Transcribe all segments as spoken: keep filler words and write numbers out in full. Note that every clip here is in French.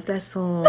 façon.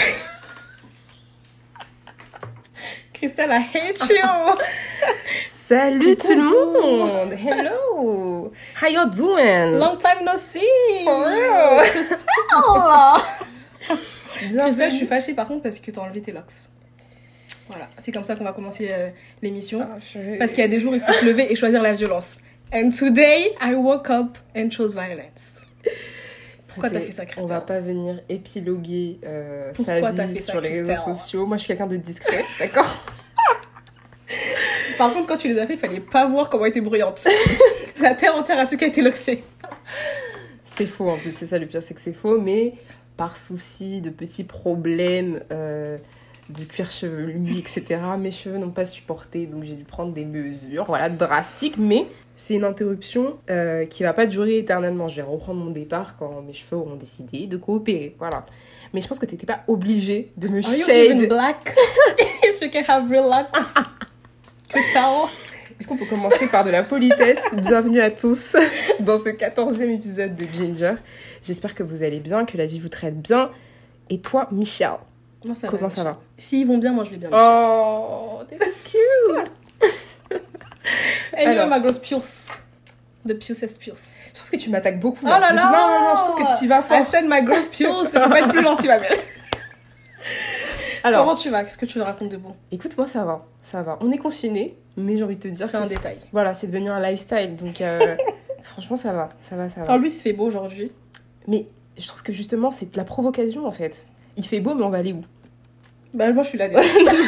Christelle, I hate you. Salut tout le monde. Hello. How you doing? Long time no see. For real. Christelle. Christelle, je suis fâchée par contre parce que t'as enlevé tes locks. Voilà, c'est comme ça qu'on va commencer euh, l'émission. Ah, je... Parce qu'il y a des jours, il faut se lever et choisir la violence. And today, I woke up and chose violence. Pourquoi t'as fait ça, Christelle? On va pas venir épiloguer euh, sa Pourquoi t'as vie fait ça, sur les réseaux Christelle? sociaux. Moi, je suis quelqu'un de discret, d'accord? Par contre, quand tu les as fait, il fallait pas voir comment elle était bruyante. La terre entière a su qu'elle était loxée. C'est faux, en plus. C'est ça, le pire, c'est que c'est faux. Mais par souci de petits problèmes... Euh, de cuir chevelu, et cetera. Mes cheveux n'ont pas supporté, donc j'ai dû prendre des mesures, voilà, drastiques, mais c'est une interruption euh, qui va pas durer éternellement. Je vais reprendre mon départ quand mes cheveux auront décidé de coopérer, voilà. Mais je pense que t'étais pas obligée de me Are you shade. even black? If you can have real locks. Crystal. Est-ce qu'on peut commencer par de la politesse? Bienvenue à tous dans ce quatorzième épisode de Ginger. J'espère que vous allez bien, que la vie vous traite bien. Et toi, Michel? Moi, ça Comment va, ça va? S'ils vont bien, moi je vais bien. Oh, this is cute. Anyway, Alors. ma grosse pious. The pioucest pious. Je trouve que tu m'attaques beaucoup. Oh là là! Non, non, non, je trouve que tu vas fort. I said ma grosse pious, faut pas être plus gentil, ma belle. Alors, comment tu vas? Qu'est-ce que tu racontes de bon? écoute, moi ça va, ça va. On est confinés, mais j'ai envie de te dire C'est que un détail. Voilà, c'est devenu un lifestyle, donc euh, franchement ça va, ça va, ça va. En lui, il fait beau aujourd'hui. Mais je trouve que justement c'est de la provocation en fait. Il fait beau, mais on va aller où? Bah moi, je suis là déjà.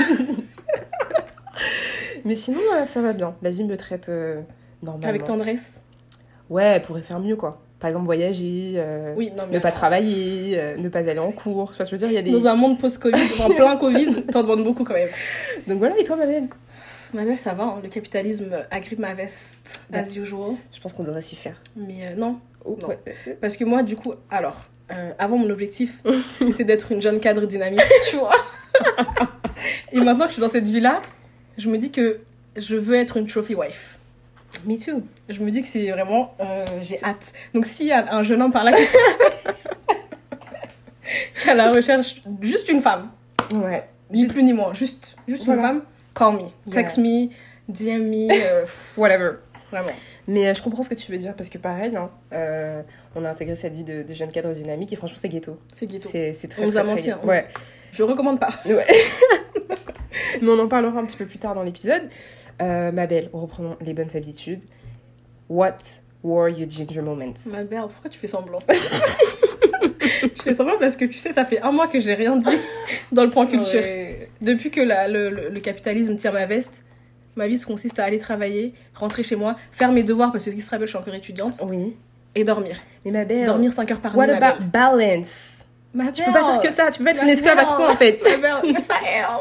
Mais sinon, euh, ça va bien. La vie me traite euh, normalement. Avec tendresse. Ouais, elle pourrait faire mieux quoi. Par exemple, voyager, euh, Oui, non, mais ne pas attends. travailler, euh, ne pas aller en cours. Enfin, je veux dire, il y a des... Dans un monde post-Covid, enfin plein Covid, t'en demandes beaucoup quand même. Donc voilà, et toi, ma belle? Ma belle, ça va, hein. Le capitalisme agrippe ma veste, Bah. as usual. Je pense qu'on devrait s'y faire. Mais euh, non, Oh, Non. ouais. parce que moi, du coup, alors, euh, avant mon objectif, c'était d'être une jeune cadre dynamique, tu vois. Et maintenant que je suis dans cette vie-là, je me dis que je veux être une trophy wife. Me too. Je me dis que c'est vraiment, euh, j'ai hâte. Donc s'il y a un jeune homme par là qui qui est à la recherche juste une femme, Ouais. ni plus ni moins, juste, juste Voilà. une femme, call me, Yeah. text me, D M me, euh, pff, whatever, vraiment. Mais euh, je comprends ce que tu veux dire parce que pareil, hein, euh, on a intégré cette vie de, de jeune cadre dynamique et franchement c'est ghetto. C'est ghetto. C'est, c'est très On nous très, a très menti, ghetto. hein. Ouais. Je recommande pas. Ouais. Mais on en parlera un petit peu plus tard dans l'épisode. Euh, ma belle, reprenons les bonnes habitudes. What were your ginger moments? Ma belle, pourquoi tu fais semblant? Tu fais semblant parce que tu sais, ça fait un mois que j'ai rien dit dans le point culture. Ouais. Depuis que la, le, le, le capitalisme tire ma veste, ma vie se consiste à aller travailler, rentrer chez moi, faire mes devoirs parce que qui se rappelle, je suis encore étudiante, Oui. et dormir. Mais ma belle, Dormir cinq heures par what nuit, ma about belle. balance? Ma Tu peux pas faire que ça, tu peux pas être une Ma esclave à ce belle. point en fait. Ma belle, ça aime.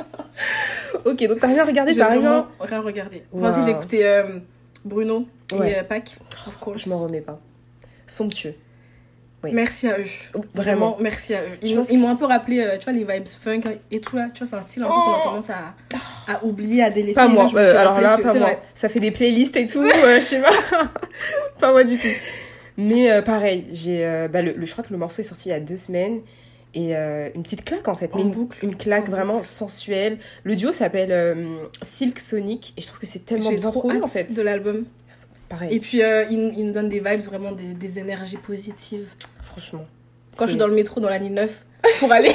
Ok, donc t'as rien regardé, J'ai t'as rien. vraiment rien regardé. Vas-y, Wow. j'ai écouté euh, Bruno et Ouais. euh, Pâques, of course. Je m'en remets pas. Somptueux. Oui. Merci à eux. Vraiment. Vraiment, merci à eux. Je Ils, pense ils m'ont un peu rappelé, euh, tu vois, les vibes funk et tout là. Tu vois, c'est un style un peu qu'on a tendance à, à oublier, à délaisser. Pas Là, moi, je me euh, suis alors rappelé là, que- pas c'est moi. vrai. Ça fait des playlists et tout, euh, je sais pas. Pas moi du tout. Mais euh, pareil, j'ai, euh, bah, le, le, je crois que le morceau est sorti il y a deux semaines. Et euh, une petite claque en fait, En mais une, boucle. une claque En vraiment sensuelle. Le duo s'appelle euh, Silk Sonic et je trouve que c'est tellement J'ai bien trop trouvé hâte en fait. de l'album. Pareil, Et puis, euh, ils, ils nous donnent des vibes, vraiment des, des énergies positives. franchement. Quand je C'est suis dans le métro, dans la ligne neuf, pour aller,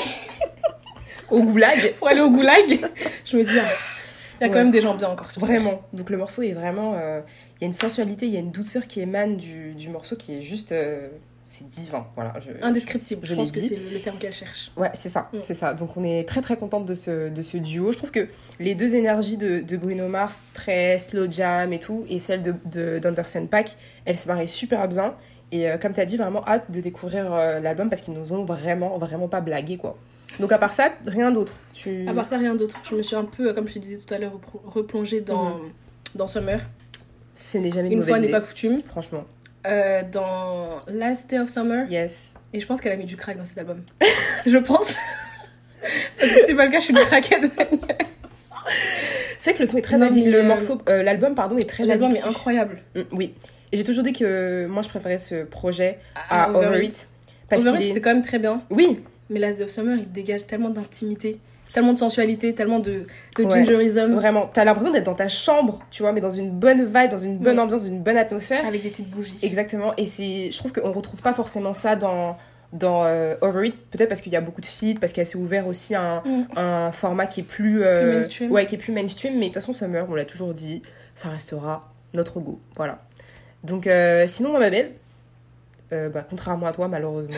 au goulag. pour aller au goulag, je me dis, ah, il y a quand Ouais. même des gens bien encore. sur Vraiment. Donc le morceau est vraiment... euh, Il y a une sensualité, il y a une douceur qui émane du, du morceau qui est juste... euh, c'est divin, voilà. Je... Indescriptible, je, Je pense l'ai que dit. c'est le terme qu'elle cherche. Ouais, c'est ça, Mm. c'est ça. Donc on est très très contente de ce, de ce duo. Je trouve que les deux énergies de, de Bruno Mars, très slow jam et tout, et celle de, de, d'Anderson .Paak, elles se marient super bien. Et euh, comme tu as dit, vraiment hâte de découvrir euh, l'album parce qu'ils nous ont vraiment, vraiment pas blagué, quoi. Donc à part ça, rien d'autre. Tu... À part ça, rien d'autre. Je me suis un peu, comme je te disais tout à l'heure, repro- replongée dans, Mhm. dans Summer. Ce n'est jamais une, Une mauvaise fois n'est idée. pas coutume. Franchement. Euh, dans Last Day of Summer. Yes. Et je pense qu'elle a mis du crack dans cet album. Je pense. Parce que c'est pas le cas, je suis une craquette. C'est vrai que le son est très Non, addictif. mais, Le euh, morceau, euh, l'album, pardon, est très L'album est addictif. incroyable. Mm, oui. Et j'ai toujours dit que moi, je préférais ce projet à Ah, Overeat. Overeat. Parce Overeat, qu'il est... c'était quand même très bien. Oui, Mais Last of Summer, il dégage tellement d'intimité, tellement de sensualité, tellement de, de Ouais. gingerism. Vraiment, t'as l'impression d'être dans ta chambre, tu vois, mais dans une bonne vibe, dans une bonne Ouais. ambiance, une bonne atmosphère. Avec des petites bougies. Exactement, et c'est, je trouve qu'on retrouve pas forcément ça dans, dans euh, Over It, peut-être parce qu'il y a beaucoup de feats, parce qu'il y a assez ouvert aussi un, Mm. un format qui est plus, euh, Plus mainstream. Ouais, qui est plus mainstream, mais de toute façon, Summer, on l'a toujours dit, ça restera notre go, voilà. Donc, euh, sinon, ma belle, euh, bah, contrairement à toi, malheureusement,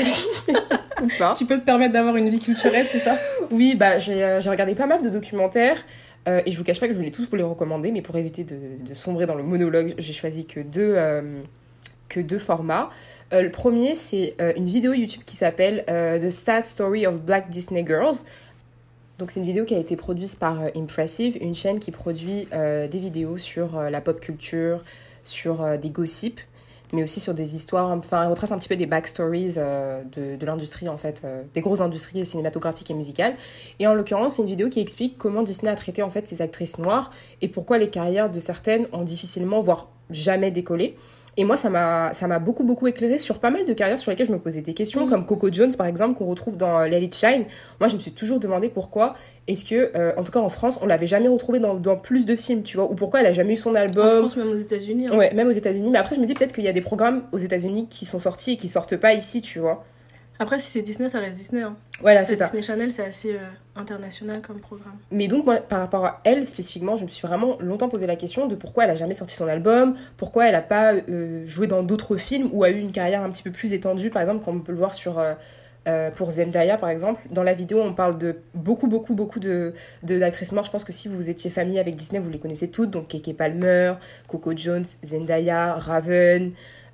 ou pas. Tu peux te permettre d'avoir une vie culturelle, c'est ça? Oui, bah, j'ai, euh, j'ai regardé pas mal de documentaires. Euh, et je vous cache pas que je voulais tous vous les recommander, mais pour éviter de, de sombrer dans le monologue, j'ai choisi que deux, euh, que deux formats. Euh, le premier, c'est euh, une vidéo YouTube qui s'appelle euh, The Sad Story of Black Disney Girls. Donc c'est une vidéo qui a été produite par euh, Impressive, une chaîne qui produit euh, des vidéos sur euh, la pop culture, sur euh, des gossips, mais aussi sur des histoires, enfin elle retrace un petit peu des backstories euh, de, de l'industrie en fait, euh, des grosses industries cinématographiques et musicales. Et en l'occurrence, c'est une vidéo qui explique comment Disney a traité en fait ces actrices noires et pourquoi les carrières de certaines ont difficilement, voire jamais décollé. Et moi, ça m'a, ça m'a beaucoup, beaucoup éclairé sur pas mal de carrières sur lesquelles je me posais des questions, Mmh. comme Coco Jones, par exemple, qu'on retrouve dans euh, Let It Shine. Moi, je me suis toujours demandé pourquoi est-ce que, euh, en tout cas en France, on l'avait jamais retrouvée dans, dans plus de films, tu vois, ou pourquoi elle a jamais eu son En album. France, même aux États-Unis. Hein. Ouais, même aux États-Unis. Mais après, je me dis peut-être qu'il y a des programmes aux États-Unis qui sont sortis et qui sortent pas ici, tu vois. Après, si c'est Disney, ça reste Disney. Hein. Voilà, c'est ça. Disney Channel, c'est assez euh, international comme programme. Mais donc, moi, par rapport à elle, spécifiquement, je me suis vraiment longtemps posé la question de pourquoi elle a jamais sorti son album, pourquoi elle a pas euh, joué dans d'autres films ou a eu une carrière un petit peu plus étendue, par exemple, comme on peut le voir sur... Euh, euh, pour Zendaya, par exemple. Dans la vidéo, on parle de beaucoup, beaucoup, beaucoup de, de, d'actrices noires. Je pense que si vous étiez familier avec Disney, vous les connaissez toutes. Donc, Keke Palmer, Coco Jones, Zendaya, Raven...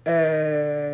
Euh,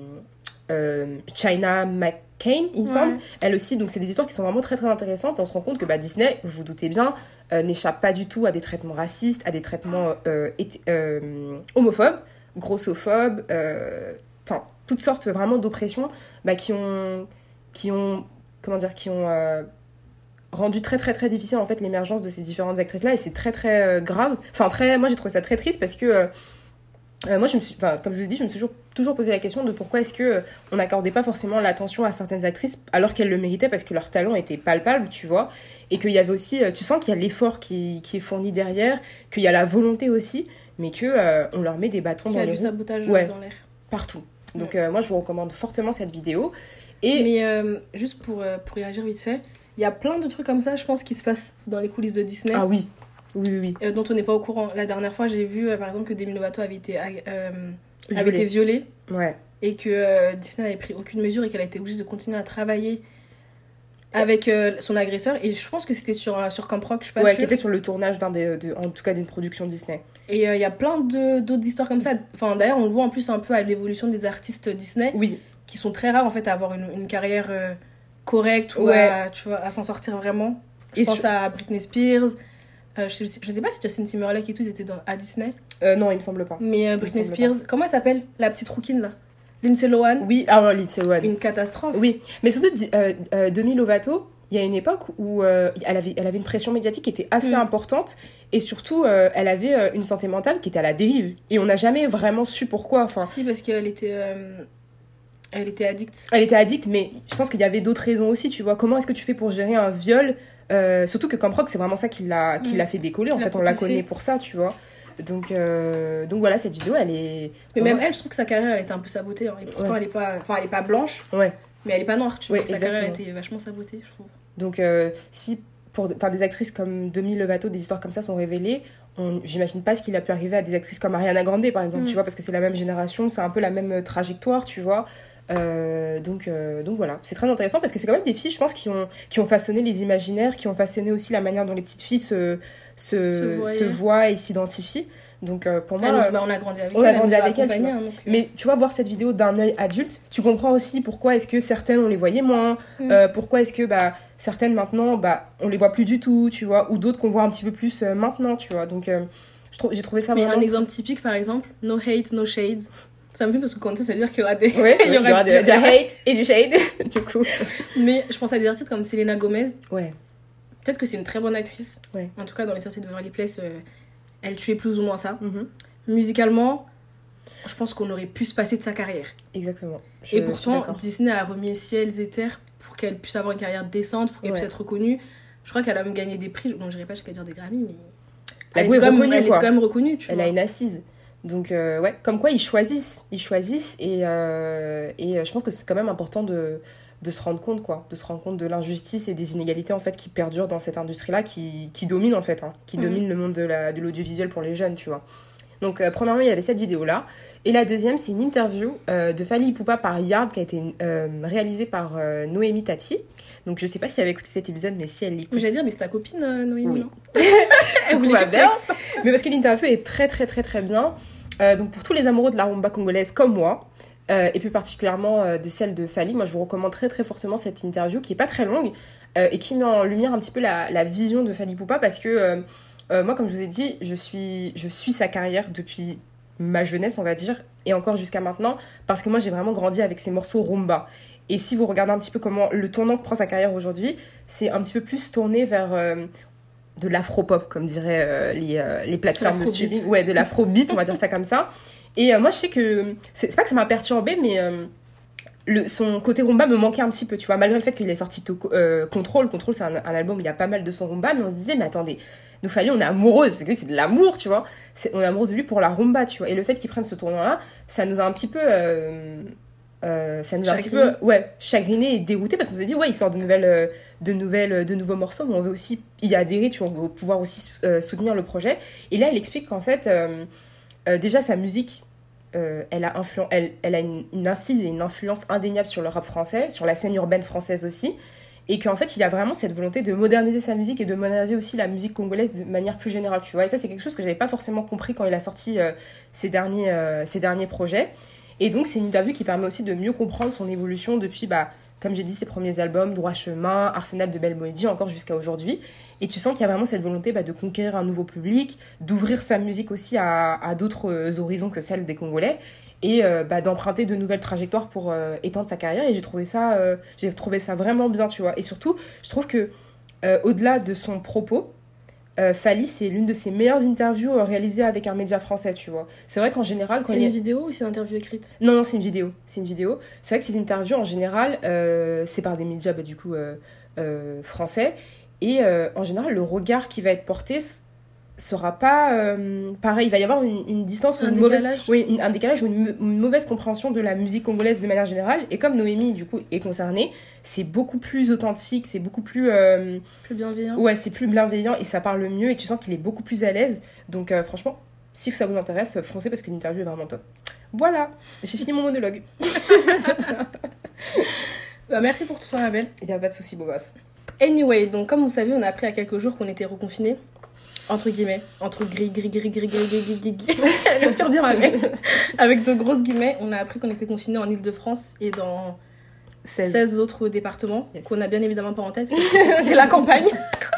Euh, China McCain, il me Ouais. semble. Elle aussi, donc c'est des histoires qui sont vraiment très très intéressantes. On se rend compte que bah, Disney, vous vous doutez bien, euh, n'échappe pas du tout à des traitements racistes, à des traitements euh, éthi- euh, homophobes, grossophobes, euh, enfin toutes sortes vraiment d'oppressions bah, qui ont, qui ont, comment dire, qui ont euh, rendu très très très difficile en fait l'émergence de ces différentes actrices là, et c'est très très euh, grave. Enfin très, moi j'ai trouvé ça très triste parce que euh, Euh, moi, je me suis, enfin, comme je vous l'ai dit, je me suis toujours, toujours posé la question de pourquoi est-ce que euh, on n'accordait pas forcément l'attention à certaines actrices alors qu'elles le méritaient parce que leur talent était palpable, tu vois, et qu'il y avait aussi, euh, tu sens qu'il y a l'effort qui, qui est fourni derrière, qu'il y a la volonté aussi, mais que euh, on leur met des bâtons Il y dans a les du roues sabotage Ouais. dans l'air. partout. Donc Ouais. euh, moi, je vous recommande fortement cette vidéo. Et Mais euh, juste pour, euh, pour réagir vite fait, il y a plein de trucs comme ça, je pense, qui se passent dans les coulisses de Disney. ah oui, oui, oui, oui. euh, dont on n'est pas au courant. La dernière fois, j'ai vu, euh, par exemple, que Demi Lovato avait été, euh, Violée. avait été violée Ouais. et que euh, Disney n'avait pris aucune mesure et qu'elle a été obligée de continuer à travailler avec euh, son agresseur. Et je pense que c'était sur, euh, sur Camp Rock, je suis pas Ouais, sûre. qui était sur le tournage d'un des, de, en tout cas d'une production Disney. Et il euh, y a plein de, d'autres histoires comme ça. Enfin, d'ailleurs, on le voit en plus un peu à l'évolution des artistes Disney, Oui. qui sont très rares en fait à avoir une, une carrière euh, correcte ou Ouais. à, tu vois, à s'en sortir vraiment. Je Et pense sur- à Britney Spears. Euh, je, sais, je sais pas si Justin Timberlake et tout, ils étaient dans, à Disney. Euh, non, il me semble pas. Mais euh, Britney Il me semble Spears, comment elle s'appelle? La petite rouquine là. Lindsay Lohan. Oui, alors Lindsay Lohan. Une catastrophe. Oui, mais surtout, di- euh, euh, Demi Lovato, il y a une époque où euh, elle, avait, elle avait une pression médiatique qui était assez Mm. importante, et surtout, euh, elle avait euh, une santé mentale qui était à la dérive. Et on n'a jamais vraiment su pourquoi. Enfin, Si, parce qu'elle était, euh, elle était addicte. elle était addicte, mais je pense qu'il y avait d'autres raisons aussi, tu vois. Comment est-ce que tu fais pour gérer un viol euh, Surtout que Camp Rock, c'est vraiment ça qui l'a, qui Mm. l'a fait décoller. En Qui l'a fait, on la propulsée. connaît pour ça, tu vois. Donc, euh, donc voilà, cette vidéo, elle est... Mais même Ouais. elle, je trouve que sa carrière, elle était un peu sabotée. Hein. Et pourtant, Ouais. elle est pas, enfin, elle est pas blanche, Ouais. mais elle est pas noire. Tu vois. Ouais, Sa carrière exactement. était vachement sabotée, je trouve. Donc, euh, si pour enfin, des actrices comme Demi Lovato, des histoires comme ça sont révélées, on, j'imagine pas ce qu'il a pu arriver à des actrices comme Ariana Grande, par exemple, Mm. tu vois, parce que c'est la même génération, c'est un peu la même euh, trajectoire, tu vois. Euh, donc, euh, donc voilà, c'est très intéressant parce que c'est quand même des filles, je pense, qui ont, qui ont façonné les imaginaires, qui ont façonné aussi la manière dont les petites filles se, Se se, voyaient. se voient et s'identifient. Donc, euh, pour moi. Elle nous- euh, bah, on a grandi avec on elle. a elle grandi nous avec elle, tu accompagnés, vois. hein, donc, euh, Mais tu vois, voir cette vidéo d'un œil adulte, tu comprends aussi pourquoi est-ce que certaines, on les voyait moins, Mm. euh, pourquoi est-ce que bah, certaines, maintenant, bah, on les voit plus du tout, tu vois, ou d'autres qu'on voit un petit peu plus euh, maintenant, tu vois. Donc, euh, je trou- j'ai trouvé ça Mais vraiment... un exemple typique, par exemple, no hate, no shade. Ça me fait parce que quand ça veut dire qu'il y aura des. Ouais, il y aura, de, du hate et du shade, du coup. Mais je pense à des artistes comme Selena Gomez. Ouais, Peut-être que c'est une très bonne actrice. Ouais. En tout cas, dans les sorties de Beverly Place, euh, elle tuait plus ou moins ça. mhm, Musicalement, je pense qu'on aurait pu se passer de sa carrière. exactement. Je- Et je suis pourtant, d'accord. Disney a remis ciels et terres pour qu'elle puisse avoir une carrière décente, pour qu'elle Ouais. puisse être reconnue. Je crois qu'elle a même gagné des prix, bon, je dirais pas jusqu'à dire des Grammy, mais La elle, go est est quand, même, reconnue, elle est quoi. quand même reconnue, tu Elle vois. a une assise. Donc, euh, ouais, comme quoi ils choisissent. Ils choisissent et, euh, et euh, je pense que c'est quand même important de, de se rendre compte, quoi. De se rendre compte de l'injustice et des inégalités, en fait, qui perdurent dans cette industrie-là, qui, qui domine, en fait, hein, qui Mhm. domine le monde de, la, de l'audiovisuel pour les jeunes, tu vois. Donc, euh, premièrement, il y avait cette vidéo-là. Et la deuxième, c'est une interview euh, de Fally Ipupa par Yard qui a été euh, réalisée par euh, Noémie Tati. Donc, je sais pas si elle avait écouté cet épisode, mais si elle l'écoute. J'allais dire, mais c'est ta copine, euh, Noémie, Oui. non Elle voulait voulait que bien. flex. Mais parce que l'interview est très, très, très, très bien. Euh, donc, pour tous les amoureux de la rumba congolaise comme moi, euh, et plus particulièrement euh, de celle de Fally, moi, je vous recommande très, très fortement cette interview qui est pas très longue euh, et qui met en lumière un petit peu la, la vision de Fally Ipupa parce que euh, euh, moi, comme je vous ai dit, je suis, je suis sa carrière depuis ma jeunesse, on va dire, et encore jusqu'à maintenant, parce que moi, j'ai vraiment grandi avec ces morceaux rumba. Et si vous regardez un petit peu comment le tournant que prend sa carrière aujourd'hui, c'est un petit peu plus tourné vers euh, de l'afro-pop, comme diraient euh, les, euh, les plateformes de L'afrobeat. streaming. Ouais, de l'afro-beat, on va dire ça comme ça. Et euh, moi, je sais que... C'est, c'est pas que ça m'a perturbée, mais... euh, le, son côté rumba me manquait un petit peu, tu vois, malgré le fait qu'il ait sorti to- euh, Control. Control, c'est un, un album où il y a pas mal de sons rumba, mais on se disait, mais attendez, nous Fally, on est amoureuse, parce que oui, c'est de l'amour, tu vois. C'est, on est amoureuse de lui pour la rumba, tu vois. Et le fait qu'il prenne ce tournant-là, ça nous a un petit peu... euh, euh, ça nous a un petit Chagriné. peu ouais, chagriné et dégoûté, parce qu'on s'est dit, ouais, il sort de nouvelles, euh, de nouvelles, de nouveaux morceaux, mais on veut aussi y adhérer, tu vois, on veut pouvoir aussi euh, soutenir le projet. Et là, il explique qu'en fait, euh, euh, déjà, sa musique, euh, elle, a influ- elle, elle a une, une incise et une influence indéniable sur le rap français, sur la scène urbaine française aussi, et qu'en fait, il a vraiment cette volonté de moderniser sa musique et de moderniser aussi la musique congolaise de manière plus générale, tu vois. Et ça, c'est quelque chose que j'avais pas forcément compris quand il a sorti euh, ses, derniers, euh, ses derniers projets. Et donc, c'est une interview qui permet aussi de mieux comprendre son évolution depuis, bah, comme j'ai dit, ses premiers albums, Droit Chemin, Arsenal de Belle Mélodie, encore jusqu'à aujourd'hui. Et tu sens qu'il y a vraiment cette volonté bah, de conquérir un nouveau public, d'ouvrir sa musique aussi à, à d'autres euh, horizons que celle des Congolais, et euh, bah, d'emprunter de nouvelles trajectoires pour euh, étendre sa carrière. Et j'ai trouvé ça, euh, j'ai trouvé ça vraiment bien, tu vois. Et surtout, je trouve que euh, au-delà de son propos, euh, Fally, c'est l'une de ses meilleures interviews euh, réalisées avec un média français, tu vois. C'est vrai qu'en général, quand C'est il y une a... vidéo ou c'est une interview écrite? Non, non, c'est une vidéo. C'est une vidéo. C'est vrai que ces interviews, en général, euh, c'est par des médias, bah, du coup, euh, euh, français. Et euh, en général, le regard qui va être porté s- sera pas euh, pareil. Il va y avoir une, une distance ou Un une mauvaise... décalage. Oui, une- un décalage ou une, me- une mauvaise compréhension de la musique congolaise de manière générale. Et comme Noémie, du coup, est concernée, c'est beaucoup plus authentique, c'est beaucoup plus... euh, Plus bienveillant. Ouais, c'est plus bienveillant et ça parle mieux et tu sens qu'il est beaucoup plus à l'aise. Donc euh, franchement, si ça vous intéresse, foncez parce que l'interview est vraiment top. Voilà, j'ai fini mon monologue. Bah, merci pour tout ça, Annabelle. Il n'y a pas de souci, beau gosse. Anyway, donc comme vous savez, on a appris il y a quelques jours qu'on était reconfinés. Entre guillemets. Entre gris, gris, gris, gris, gris, gris, gris, gris, gris. Respire bien, ma mère. Avec de grosses guillemets, on a appris qu'on était confinés en Ile-de-France et dans seize. seize autres départements, Yes. qu'on a bien évidemment pas en tête, parce que c'est- c'est la campagne.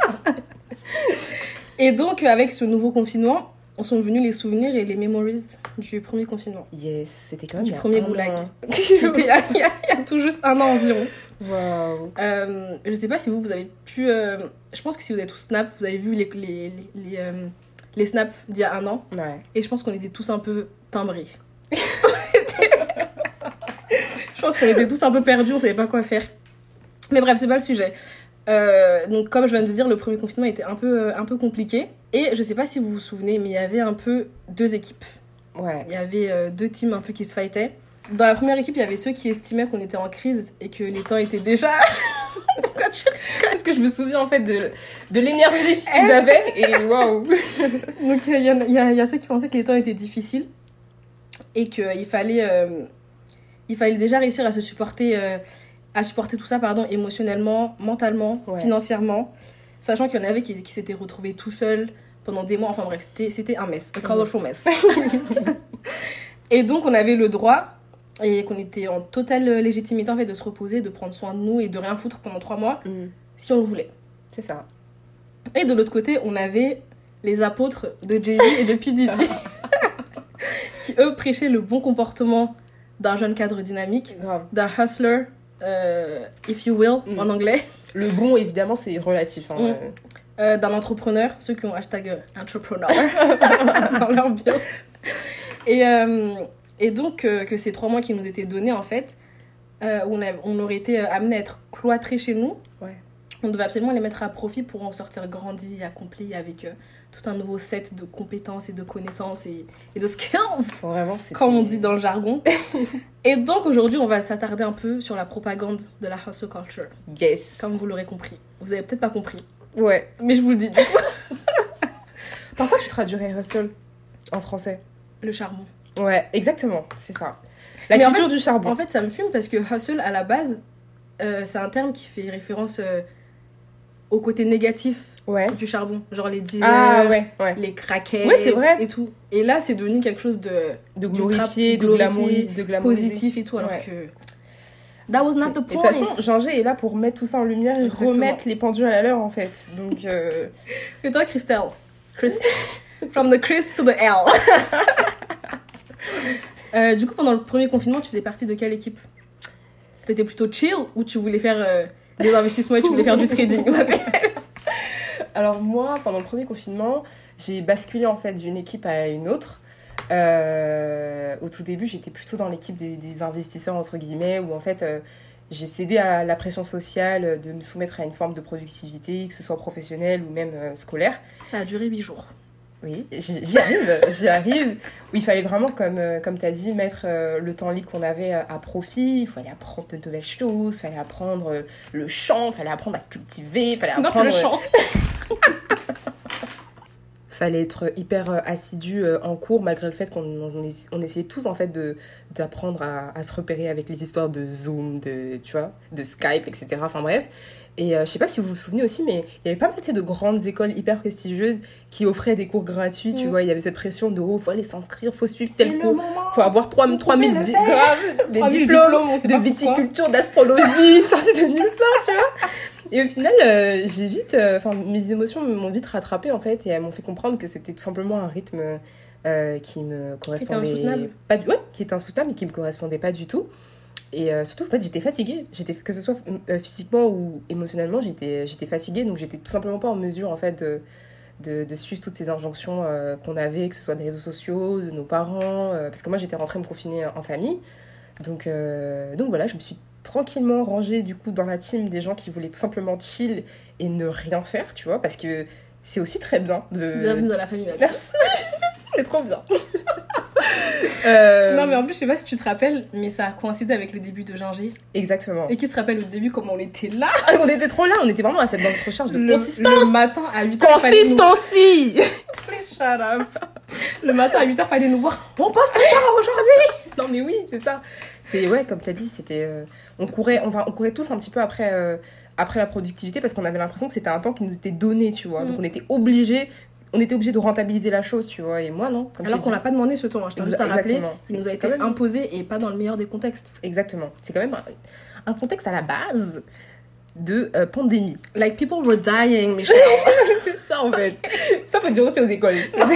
Et donc, avec ce nouveau confinement, on sont venus les souvenirs et les memories du premier confinement. Yes, c'était quand même Du il y a premier un goulag. an. C'était il y, a- il y a- il y a tout juste un an environ. Waouh. Euh, je sais pas si vous, vous avez pu... euh, je pense que si vous avez tous Snap, vous avez vu les, les, les, les, euh, les snaps d'il y a un an. Ouais. Et je pense qu'on était tous un peu timbrés. je pense qu'on était tous un peu perdus, on savait pas quoi faire. Mais bref, c'est pas le sujet. Euh, donc comme je viens de dire, le premier confinement était un peu, euh, un peu compliqué. Et je sais pas si vous vous souvenez, mais il y avait un peu deux équipes. Ouais. Il y avait euh, deux teams un peu qui se fightaient. Dans la première équipe, il y avait ceux qui estimaient qu'on était en crise et que les temps étaient déjà... Pourquoi tu Parce que je me souviens en fait de, de l'énergie qu'ils avaient et waouh. Donc il y, en a- il y, a- il y a ceux qui pensaient que les temps étaient difficiles et qu'il fallait, euh, il fallait déjà réussir à se supporter, euh, à supporter tout ça pardon, émotionnellement, mentalement, Ouais. financièrement, sachant qu'il y en avait qui, qui s'étaient retrouvés tout seuls pendant des mois. Enfin bref, c'était, c'était un mess, a colorful mess. Et donc on avait le droit et qu'on était en totale légitimité en fait de se reposer, de prendre soin de nous et de rien foutre pendant trois mois Mm, si on le voulait. c'est ça. Et de l'autre côté, on avait les apôtres de Jay-Z et de P. Diddy qui, eux, prêchaient le bon comportement d'un jeune cadre dynamique, Grave. d'un hustler, euh, if you will, Mm. en anglais, Le bon, évidemment, c'est relatif. Hein. Mm. euh, d'un entrepreneur, ceux qui ont hashtag euh, entrepreneur dans leur bio. Et, euh, et donc, euh, que ces trois mois qui nous étaient donnés, en fait, euh, où on, a- on aurait été amené à être cloîtrés chez nous. Ouais. On devait absolument les mettre à profit pour en sortir grandi, accompli, avec euh, tout un nouveau set de compétences et de connaissances et, et de skills, Vraiment, c'est. comme on dit dans le jargon. Et donc aujourd'hui, on va s'attarder un peu sur la propagande de la hustle culture, Yes. comme vous l'aurez compris. Vous avez peut-être pas compris, Ouais. mais je vous le dis. Du coup, Parfois, tu traduirais hustle en français. le charbon. Ouais, exactement, c'est ça. La Mais en culture fait- du charbon. En fait, ça me fume parce que hustle, à la base, euh, c'est un terme qui fait référence euh, au côté négatif Ouais. du charbon. Genre les dealers, Ah ouais, ouais. les craquettes Ouais, c'est vrai. et tout. Et là, c'est devenu quelque chose de De d'ultra glorifier, de glorifié, glamouriser, de glamouriser. positif et tout, alors Ouais. que that was not the Et de toute point. façon, Ginger est là pour mettre tout ça en lumière et Exactement. remettre les pendules à l'heure en fait. Donc, euh... Et toi, Christelle? Chris- From the Chris to the L. Euh, du coup, pendant le premier confinement, tu faisais partie de quelle équipe? T'étais plutôt chill ou tu voulais faire euh, des investissements et tu voulais faire du trading? Alors moi, pendant le premier confinement, j'ai basculé en fait d'une équipe à une autre. Euh, au tout début, j'étais plutôt dans l'équipe des, des investisseurs entre guillemets, où en fait euh, j'ai cédé à la pression sociale de me soumettre à une forme de productivité, que ce soit professionnelle ou même euh, scolaire. Ça a duré huit jours. Oui, j'y j'y arrive, j'y arrive. Où il fallait vraiment, comme, euh, comme tu as dit, mettre euh, le temps libre qu'on avait à, à profit. Il fallait apprendre de nouvelles choses, il fallait apprendre euh, le chant, il fallait apprendre à cultiver, il fallait Non, apprendre... le chant. Fallait être hyper euh, assidu euh, en cours, malgré le fait qu'on on, ess- on essayait tous en fait de, d'apprendre à, à se repérer avec les histoires de Zoom, de, tu vois, de Skype, et cetera. Enfin bref. Et euh, je sais pas si vous vous souvenez aussi, mais il y avait pas mal tu sais, de grandes écoles hyper prestigieuses qui offraient des cours gratuits, tu Mm. vois. Il y avait cette pression de oh, faut aller s'inscrire, faut suivre C'est tel le cours, moment. faut avoir trois mille le di- faire. grave, des trois mille diplômes, diplômes, on sait de pas pourquoi. viticulture, d'astrologie, sortis de nulle part, tu vois. Et au final, euh, j'ai vite, enfin, mes émotions m'ont vite rattrapée en fait, et elles m'ont fait comprendre que c'était tout simplement un rythme euh, qui me correspondait insoutenable. pas du, ouais, qui était insoutenable et qui me correspondait pas du tout. Et euh, surtout, en fait, j'étais fatiguée. J'étais, que ce soit euh, physiquement ou émotionnellement, j'étais, j'étais fatiguée, donc j'étais tout simplement pas en mesure en fait de, de, de suivre toutes ces injonctions euh, qu'on avait, que ce soit des réseaux sociaux, de nos parents, euh, parce que moi j'étais rentrée me confiner en famille. Donc, euh, donc voilà, je me suis tranquillement rangée du coup dans la team des gens qui voulaient tout simplement chill et ne rien faire, tu vois, parce que c'est aussi très bien de... Bienvenue dans la famille. Marie. Merci. C'est trop bien. Euh, Non, mais en plus, je sais pas si tu te rappelles, mais ça a coïncidé avec le début de Ginger. Exactement. Et qui se rappelle au début comment on était là? On était trop là, on était vraiment à cette bonne recherche de Le, consistance. le matin à huit heures. Consistancy. Shut up. Le matin à huit heures, fallait nous voir. On poste tard aujourd'hui. Non mais oui, c'est ça. C'est ouais, comme t'as dit, c'était euh, on courait, on, va, on courait tous un petit peu après euh, après la productivité parce qu'on avait l'impression que c'était un temps qui nous était donné, tu vois. Mm. Donc on était obligés, on était obligés de rentabiliser la chose, tu vois. Et moi non. Comme Alors j'ai qu'on dit. n'a pas demandé ce temps, hein. Je tiens juste à rappeler. Exactement. Il nous a C'est été quand même- imposé et pas dans le meilleur des contextes. Exactement. C'est quand même un, un contexte à la base de euh, pandémie. Like people were dying, Michelle. C'est ça en fait. Ça faut dire aussi aux écoles.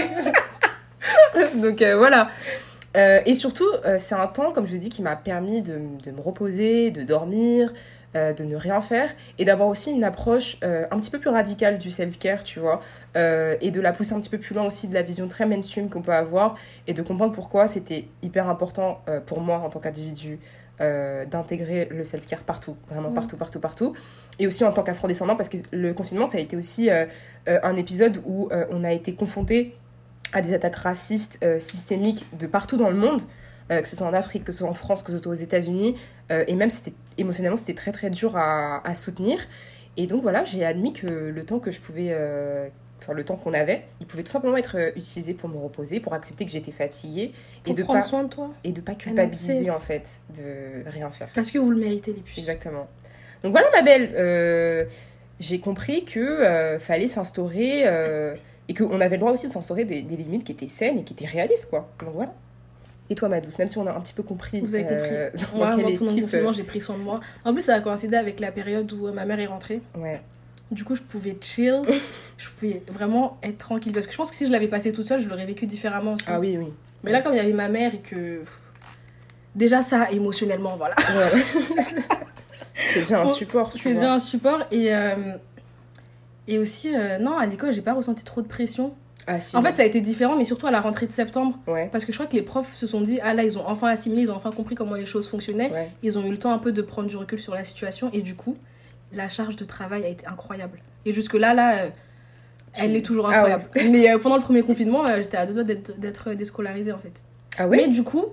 Donc euh, voilà. Euh, et surtout, euh, c'est un temps, comme je l'ai dit, qui m'a permis de, de me reposer, de dormir, euh, de ne rien faire et d'avoir aussi une approche euh, un petit peu plus radicale du self-care, tu vois, euh, et de la pousser un petit peu plus loin aussi de la vision très mainstream qu'on peut avoir et de comprendre pourquoi c'était hyper important euh, pour moi en tant qu'individu euh, d'intégrer le self-care partout, vraiment Mm. partout, partout, partout. Et aussi en tant qu'afrodescendant, parce que le confinement, ça a été aussi euh, euh, un épisode où euh, on a été confrontés à des attaques racistes euh, systémiques de partout dans le monde, euh, que ce soit en Afrique, que ce soit en France, que ce soit aux États-Unis, euh, et même c'était, émotionnellement c'était très très dur à, à soutenir. Et donc voilà, j'ai admis que le temps que je pouvais, euh, enfin le temps qu'on avait, il pouvait tout simplement être euh, utilisé pour me reposer, pour accepter que j'étais fatiguée Pour et de prendre pas soin de toi. et de pas culpabiliser accept. en fait de rien faire. Parce que vous le méritez, les puces. Exactement. Donc voilà ma belle, euh, j'ai compris que euh, fallait s'instaurer euh, et qu'on avait le droit aussi de s'instaurer des, des limites qui étaient saines et qui étaient réalistes quoi. Donc voilà. Et toi ma douce, même si on a un petit peu compris. Vous avez compris. euh, dans Moi, quelle moi, pendant le équipe, confinement, j'ai pris soin de moi. En plus, ça a coïncidé avec la période où euh, ma mère est rentrée. euh, ouais. Du coup, je pouvais chill. Je pouvais vraiment être tranquille. Parce que je pense que si je l'avais passé toute seule, je l'aurais vécu différemment aussi. Ah oui oui. Mais là, comme il y avait ma mère et que... pff, déjà ça, émotionnellement, voilà. Ouais. C'est déjà un support. tu C'est vois. déjà un support. Et, euh, et aussi, euh, non, à l'école, j'ai pas ressenti trop de pression. Ah, si, En non. fait, ça a été différent, mais surtout à la rentrée de septembre. Ouais. Parce que je crois que les profs se sont dit, ah là, ils ont enfin assimilé, ils ont enfin compris comment les choses fonctionnaient. Ouais. Ils ont eu le temps un peu de prendre du recul sur la situation. Et du coup, la charge de travail a été incroyable. Et jusque-là, là, euh, elle est toujours Ah incroyable. Mais euh, pendant le premier confinement, euh, j'étais à deux doigts d'être, d'être déscolarisée, en fait. Ah ouais? Mais du coup,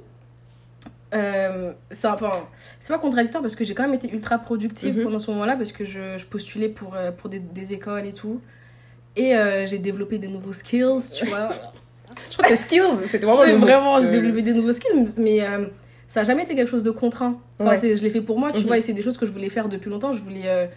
euh, c'est, enfin, c'est pas contradictoire parce que j'ai quand même été ultra productive Mhm. pendant ce moment-là parce que je, je postulais pour, euh, pour des, des écoles et tout. Et euh, j'ai développé des nouveaux skills, tu vois. Je crois que skills, c'était vraiment Ouais, le mot. vraiment, j'ai Euh, développé des nouveaux skills, mais euh, ça a jamais été quelque chose de contraint. Enfin, Ouais. c'est, je l'ai fait pour moi, tu Mhm. vois, et c'est des choses que je voulais faire depuis longtemps. Je voulais. Euh,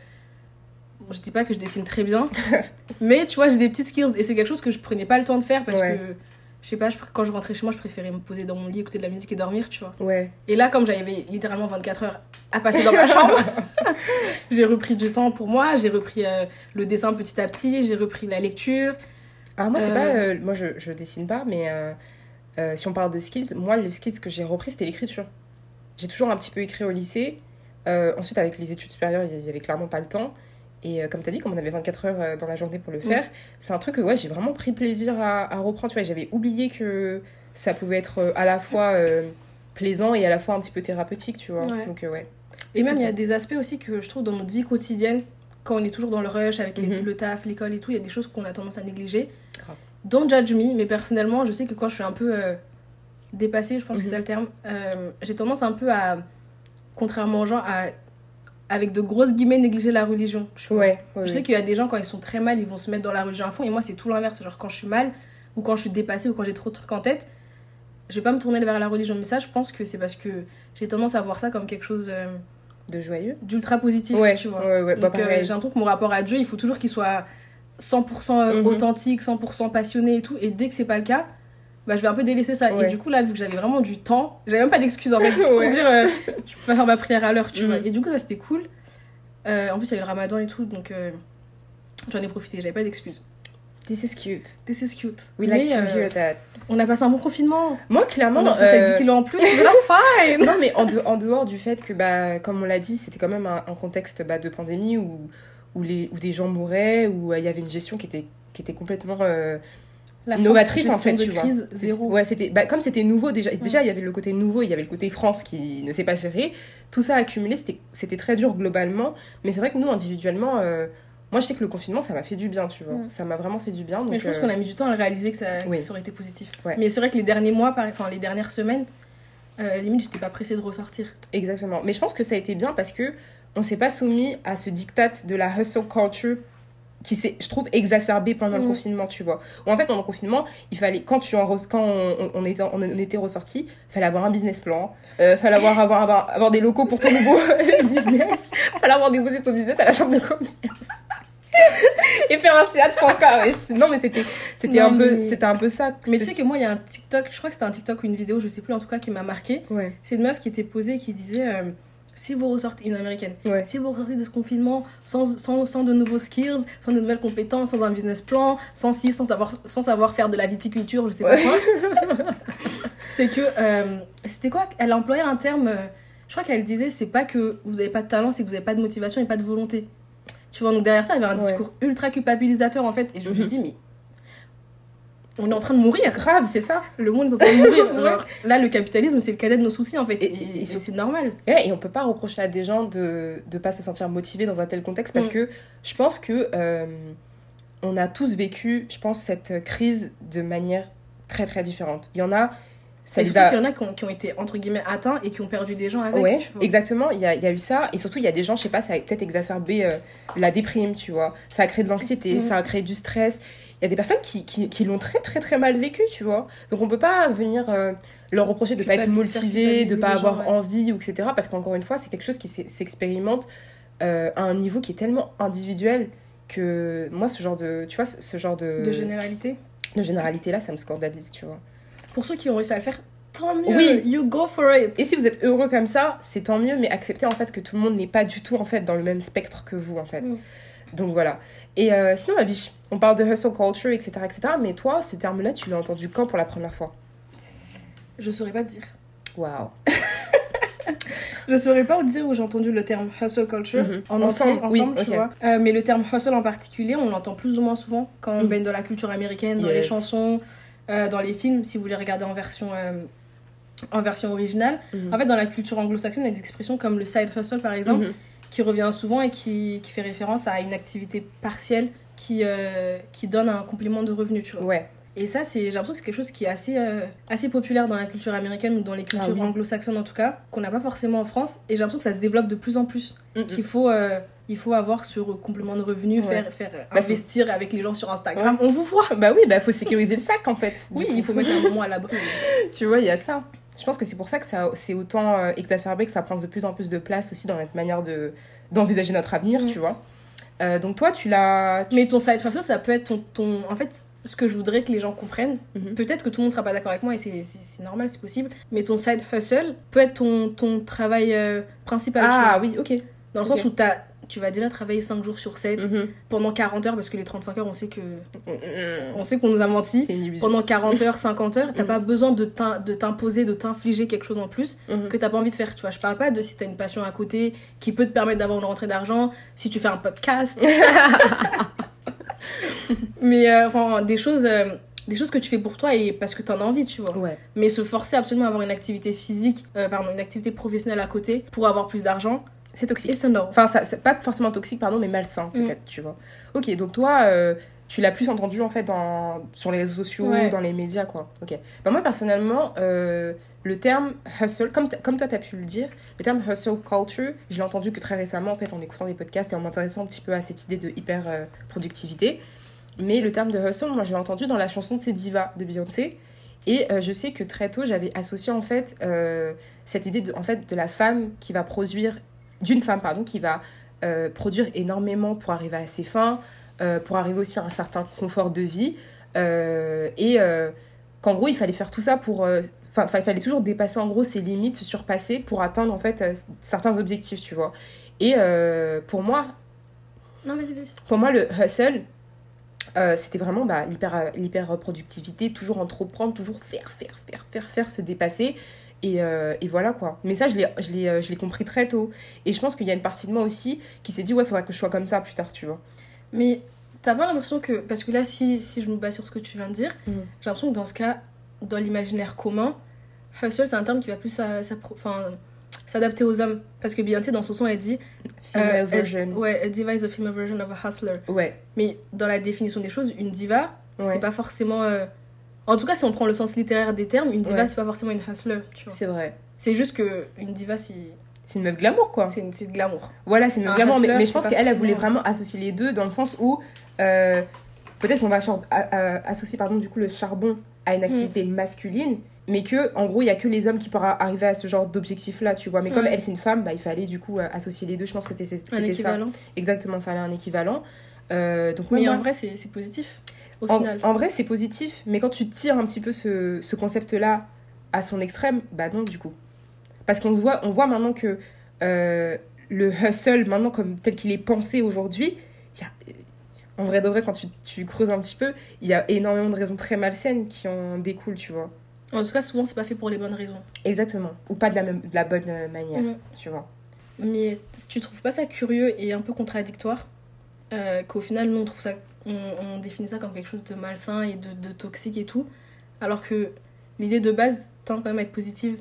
je dis pas que je dessine très bien, mais tu vois, j'ai des petites skills et c'est quelque chose que je prenais pas le temps de faire parce Ouais. que, je sais pas, je- quand je rentrais chez moi, je préférais me poser dans mon lit, écouter de la musique et dormir, tu vois. Ouais. Et là, comme j'avais littéralement vingt-quatre heures à passer dans ma chambre, j'ai repris du temps pour moi, j'ai repris euh, le dessin petit à petit, j'ai repris la lecture. Ah, moi, c'est Euh, pas. euh, moi, je, je dessine pas, mais euh, euh, si on parle de skills, moi, le skills que j'ai repris, c'était l'écriture. J'ai toujours un petit peu écrit au lycée. Euh, ensuite, avec les études supérieures, il y avait clairement pas le temps. Et euh, comme tu as dit, comme on avait vingt-quatre heures euh, dans la journée pour le faire, c'est un truc que ouais, j'ai vraiment pris plaisir à, à reprendre. Tu vois, j'avais oublié que ça pouvait être euh, à la fois euh, plaisant et à la fois un petit peu thérapeutique, tu vois. Ouais. Donc, euh, ouais. Et même, il y a des aspects aussi que je trouve dans notre vie quotidienne, quand on est toujours dans le rush avec les- Mhm. le taf, l'école et tout, il y a des choses qu'on a tendance à négliger. Grave. Don't judge me, mais personnellement, je sais que quand je suis un peu euh, dépassée, je pense que Mhm. c'est ça le terme, euh, j'ai tendance un peu à, contrairement aux gens, à, avec de grosses guillemets, négliger la religion. Tu vois. Ouais, ouais, Je ouais. sais qu'il y a des gens, quand ils sont très mal, ils vont se mettre dans la religion à fond, et moi, c'est tout l'inverse. Genre, quand je suis mal, ou quand je suis dépassée, ou quand j'ai trop de trucs en tête, je vais pas me tourner vers la religion. Mais ça, je pense que c'est parce que j'ai tendance à voir ça comme quelque chose euh, De joyeux. d'ultra positif, Ouais, tu vois. ouais, ouais. Bah, Donc, euh, pareil. j'ai l'impression que mon rapport à Dieu, il faut toujours qu'il soit cent pour cent euh, Mhm. authentique, cent pour cent passionné et tout. Et dès que c'est pas le cas, bah, je vais un peu délaisser ça. Ouais. Et du coup, là, vu que j'avais vraiment du temps, j'avais même pas d'excuses en fait pour Ouais. dire euh, je peux pas faire ma prière à l'heure, tu Mhm. vois. Et du coup, ça c'était cool. Euh, en plus, il y a eu le ramadan et tout, donc euh, j'en ai profité, j'avais pas d'excuses. This is cute. This is cute. We like Mais, to euh, hear that. on a passé un bon confinement. Moi, clairement. On a sauté euh, avec dix kilos en plus, mais that's fine. Non, mais en, de- en dehors du fait que, bah, comme on l'a dit, c'était quand même un, un contexte bah, de pandémie où, où, les, où des gens mouraient, où euh, il y avait une gestion qui était, qui était complètement euh, La France, novatrice, en gestion fait, de tu vois. crise, C'était- zéro. Ouais, c'était, bah, comme c'était nouveau, déjà, déjà, il y avait le côté nouveau, il y avait le côté France qui ne sait pas gérer. Tout ça accumulé, c'était, c'était très dur globalement. Mais c'est vrai que nous, individuellement, euh, moi, je sais que le confinement, ça m'a fait du bien, tu vois. Mm. Ça m'a vraiment fait du bien. Donc, Mais je pense euh, qu'on a mis du temps à le réaliser que ça, oui. que ça aurait été positif. Ouais. Mais c'est vrai que les derniers mois, par- enfin les dernières semaines, euh, limite, j'étais pas pressée de ressortir. Exactement. Mais je pense que ça a été bien parce que on s'est pas soumis à ce diktat de la hustle culture qui s'est, je trouve, exacerbé pendant le Mhm. confinement, tu vois. Où en fait, pendant le confinement, il fallait, quand, tu en, re- quand on, on, était, on était ressorti, il fallait avoir un business plan, euh, fallait avoir, avoir, avoir, avoir des locaux pour ton nouveau business, fallait avoir déposé ton business à la chambre de commerce. Et faire un C A de cent K. Non, mais c'était, c'était, Non, un peu, mais- c'était un peu ça. Mais tu sais que moi, il y a un TikTok, je crois que c'était un TikTok ou une vidéo, je sais plus en tout cas, qui m'a marqué. Ouais, C'est une meuf qui était posée et qui disait euh, si vous ressortez, une américaine, ouais. si vous ressortez de ce confinement sans, sans, sans de nouveaux skills, sans de nouvelles compétences, sans un business plan, sans ci, sans savoir, sans savoir faire de la viticulture, je sais pas Ouais. quoi, c'est que. euh, c'était quoi? Elle employait un terme, euh, je crois qu'elle disait c'est pas que vous avez pas de talent, c'est que vous avez pas de motivation et pas de volonté. Tu vois, donc derrière ça, il y avait un Ouais. discours ultra culpabilisateur en fait, et je me suis Mhm. dit, mais. On est en train de mourir. Grave, c'est ça. Le monde est en train de mourir. Ouais. Genre, là, le capitalisme, c'est le cadet de nos soucis, en fait. Et- Et, et- et et surtout- c'est normal. Ouais, et on peut pas reprocher à des gens de ne pas se sentir motivés dans un tel contexte parce Mm. que je pense que euh, on a tous vécu, je pense, cette crise de manière très très différente. Il y en a, ça Et les surtout a... qu'il y en a qui ont, qui ont été, entre guillemets, atteints et qui ont perdu des gens avec. Ouais, tu vois. exactement, il y a, il y a eu ça. Et surtout, il y a des gens, je sais pas, ça a peut-être exacerbé euh, la déprime, tu vois. Ça a créé de l'anxiété, Mm. ça a créé du stress. Il y a des personnes qui, qui, qui l'ont très très très mal vécu, tu vois. Donc on peut pas venir euh, leur reprocher de pas être Culpabiliser- motivé, de pas culpabiliser les avoir gens, ouais. envie, ou et cetera. Parce qu'encore une fois, c'est quelque chose qui s'e- s'expérimente euh, à un niveau qui est tellement individuel que moi, ce genre de, tu vois, ce, ce genre de, De généralité. de généralité-là, ça me scandalise, tu vois. Pour ceux qui ont réussi à le faire, tant mieux. Oui. You go for it. Et si vous êtes heureux comme ça, c'est tant mieux, mais acceptez en fait que tout le monde n'est pas du tout en fait dans le même spectre que vous en fait. Mm. Donc voilà. Et euh, sinon, ma biche, on parle de hustle culture, et cetera, et cetera. Mais toi, ce terme-là, tu l'as entendu quand pour la première fois? Je saurais pas te dire. Waouh. Je saurais pas vous dire où j'ai entendu le terme hustle culture Mm-hmm. en Ensemble, entier, ensemble, oui, tu ok. vois. Euh, mais le terme hustle en particulier, on l'entend plus ou moins souvent quand on Mm. baigne dans la culture américaine, dans les Yes. chansons, euh, dans les films, si vous les regardez en version, euh, en version originale. Mhm. En fait, dans la culture anglo-saxonne, il y a des expressions comme le side hustle, par exemple, Mhm. qui revient souvent et qui, qui fait référence à une activité partielle qui, euh, qui donne un complément de revenu, tu vois. Ouais. Et ça, c'est, j'ai l'impression que c'est quelque chose qui est assez, euh, assez populaire dans la culture américaine ou dans les cultures Ah oui. anglo-saxonnes en tout cas, qu'on n'a pas forcément en France. Et j'ai l'impression que ça se développe de plus en plus. Mhm. Qu'il faut, euh, il faut avoir ce complément de revenu, Ouais. faire, faire euh, Bah, faut- investir avec les gens sur Instagram. On vous voit. Bah oui, bah faut sécuriser le sac en fait. du Oui, coup. il faut mettre un moment à l'abri. Tu vois, il y a ça. Je pense que c'est pour ça que ça, c'est autant euh, exacerbé, que ça prend de plus en plus de place aussi dans notre manière de, d'envisager notre avenir, Mm. tu vois. Euh, donc toi, tu l'as... tu- Mais ton side hustle, ça peut être ton, ton... En fait, ce que je voudrais que les gens comprennent, Mhm. peut-être que tout le monde sera pas d'accord avec moi et c'est, c'est, c'est normal, c'est possible, mais ton side hustle peut être ton, ton travail euh, principal. tu Ah vois. oui, ok. Dans le ok. sens où t'as, tu vas déjà travailler cinq jours sur sept, Mhm. pendant quarante heures, parce que les trente-cinq heures, on sait que Mhm. on sait qu'on nous a menti. C'est une illusion. Pendant quarante heures, cinquante heures, t'as Mhm. pas besoin de, t'im- de t'imposer, de t'infliger quelque chose en plus Mhm. que t'as pas envie de faire. Tu vois, je parle pas de si t'as une passion à côté qui peut te permettre d'avoir une rentrée d'argent, si tu fais un podcast. Mais euh, enfin, des choses, euh, des choses que tu fais pour toi et parce que t'en as envie, tu vois. Ouais. Mais se forcer absolument à avoir une activité physique, euh, pardon, une activité professionnelle à côté pour avoir plus d'argent, C'est toxique. et c'est non. Enfin, ça, c'est pas forcément toxique, pardon, mais malsain, peut-être, tu vois. Ok, donc toi, euh, tu l'as plus entendu, en fait, dans, sur les réseaux sociaux, Ouais. dans les médias, quoi. Ok. Bah, moi, personnellement, euh, le terme hustle, comme, t- comme toi, t'as pu le dire, le terme hustle culture, je l'ai entendu que très récemment, en fait, en écoutant des podcasts et en m'intéressant un petit peu à cette idée de hyper euh, productivité. Mais le terme de hustle, moi, je l'ai entendu dans la chanson de C'est Diva de Beyoncé. Et euh, je sais que très tôt, j'avais associé, en fait, euh, cette idée de, en fait, de la femme qui va produire d'une femme pardon qui va euh, produire énormément pour arriver à ses fins, euh, pour arriver aussi à un certain confort de vie euh, et euh, qu'en gros il fallait faire tout ça pour enfin euh, il fallait toujours dépasser en gros ses limites, se surpasser pour atteindre en fait euh, certains objectifs, tu vois. Et euh, pour moi Non, vas-y, vas-y. pour moi le hustle euh, c'était vraiment bah, l'hyper, l'hyper productivité, toujours entreprendre, toujours faire, faire, faire, faire, faire, se dépasser. Et, euh, et voilà quoi. Mais ça, je l'ai, je, l'ai, euh, je l'ai compris très tôt. Et je pense qu'il y a une partie de moi aussi qui s'est dit, ouais, il faudrait que je sois comme ça plus tard, tu vois. Mais t'as pas l'impression que... Parce que là, si, si je me base sur ce que tu viens de dire, Mm. j'ai l'impression que dans ce cas, dans l'imaginaire commun, hustle, c'est un terme qui va plus sa- sa- enfin, s'adapter aux hommes. Parce que Beyoncé, dans son son, elle dit... Female euh, version. elle- ouais, a diva is a female version of a hustler. Ouais. Mais dans la définition des choses, une diva, Ouais. c'est pas forcément... euh, En tout cas, si on prend le sens littéraire des termes, une diva, Ouais. c'est pas forcément une hustler, tu vois. C'est vrai. C'est juste que une diva, c'est, C'est une meuf glamour, quoi. c'est, une- c'est de glamour. Voilà, c'est une meuf Un glamour. Mais, hustler, mais je c'est pense pas qu'elle, elle voulait forcément- vraiment associer les deux dans le sens où... euh, peut-être qu'on va char- à- à- associer, pardon, du coup, le charbon à une activité masculine, mais que, en gros, il y a que les hommes qui pourraient arriver à ce genre d'objectif-là, tu vois. Mais comme Ouais. elle, c'est une femme, bah, il fallait, du coup, euh, associer les deux. Je pense que c'était, c'était Un ça. équivalent. Exactement, il fallait un équivalent. Euh, donc, ouais, Mais moi- en vrai, c'est, c'est positif, au En, final. en vrai, c'est positif, mais quand tu tires un petit peu ce, ce concept-là à son extrême, bah non, du coup. Parce qu'on se voit, on voit maintenant que euh, le hustle, maintenant, comme tel qu'il est pensé aujourd'hui, il y a, en vrai de vrai, quand tu, tu creuses un petit peu, il y a énormément de raisons très malsaines qui en découlent, tu vois. En tout cas, souvent, c'est pas fait pour les bonnes raisons. Exactement. Ou pas de la, même, de la bonne euh, manière, Mhm. tu vois. Mais si tu trouves pas ça curieux et un peu contradictoire, euh, qu'au final, nous, on trouve ça, on, on définit ça comme quelque chose de malsain et de, de toxique et tout, alors que l'idée de base tend quand même à être positive.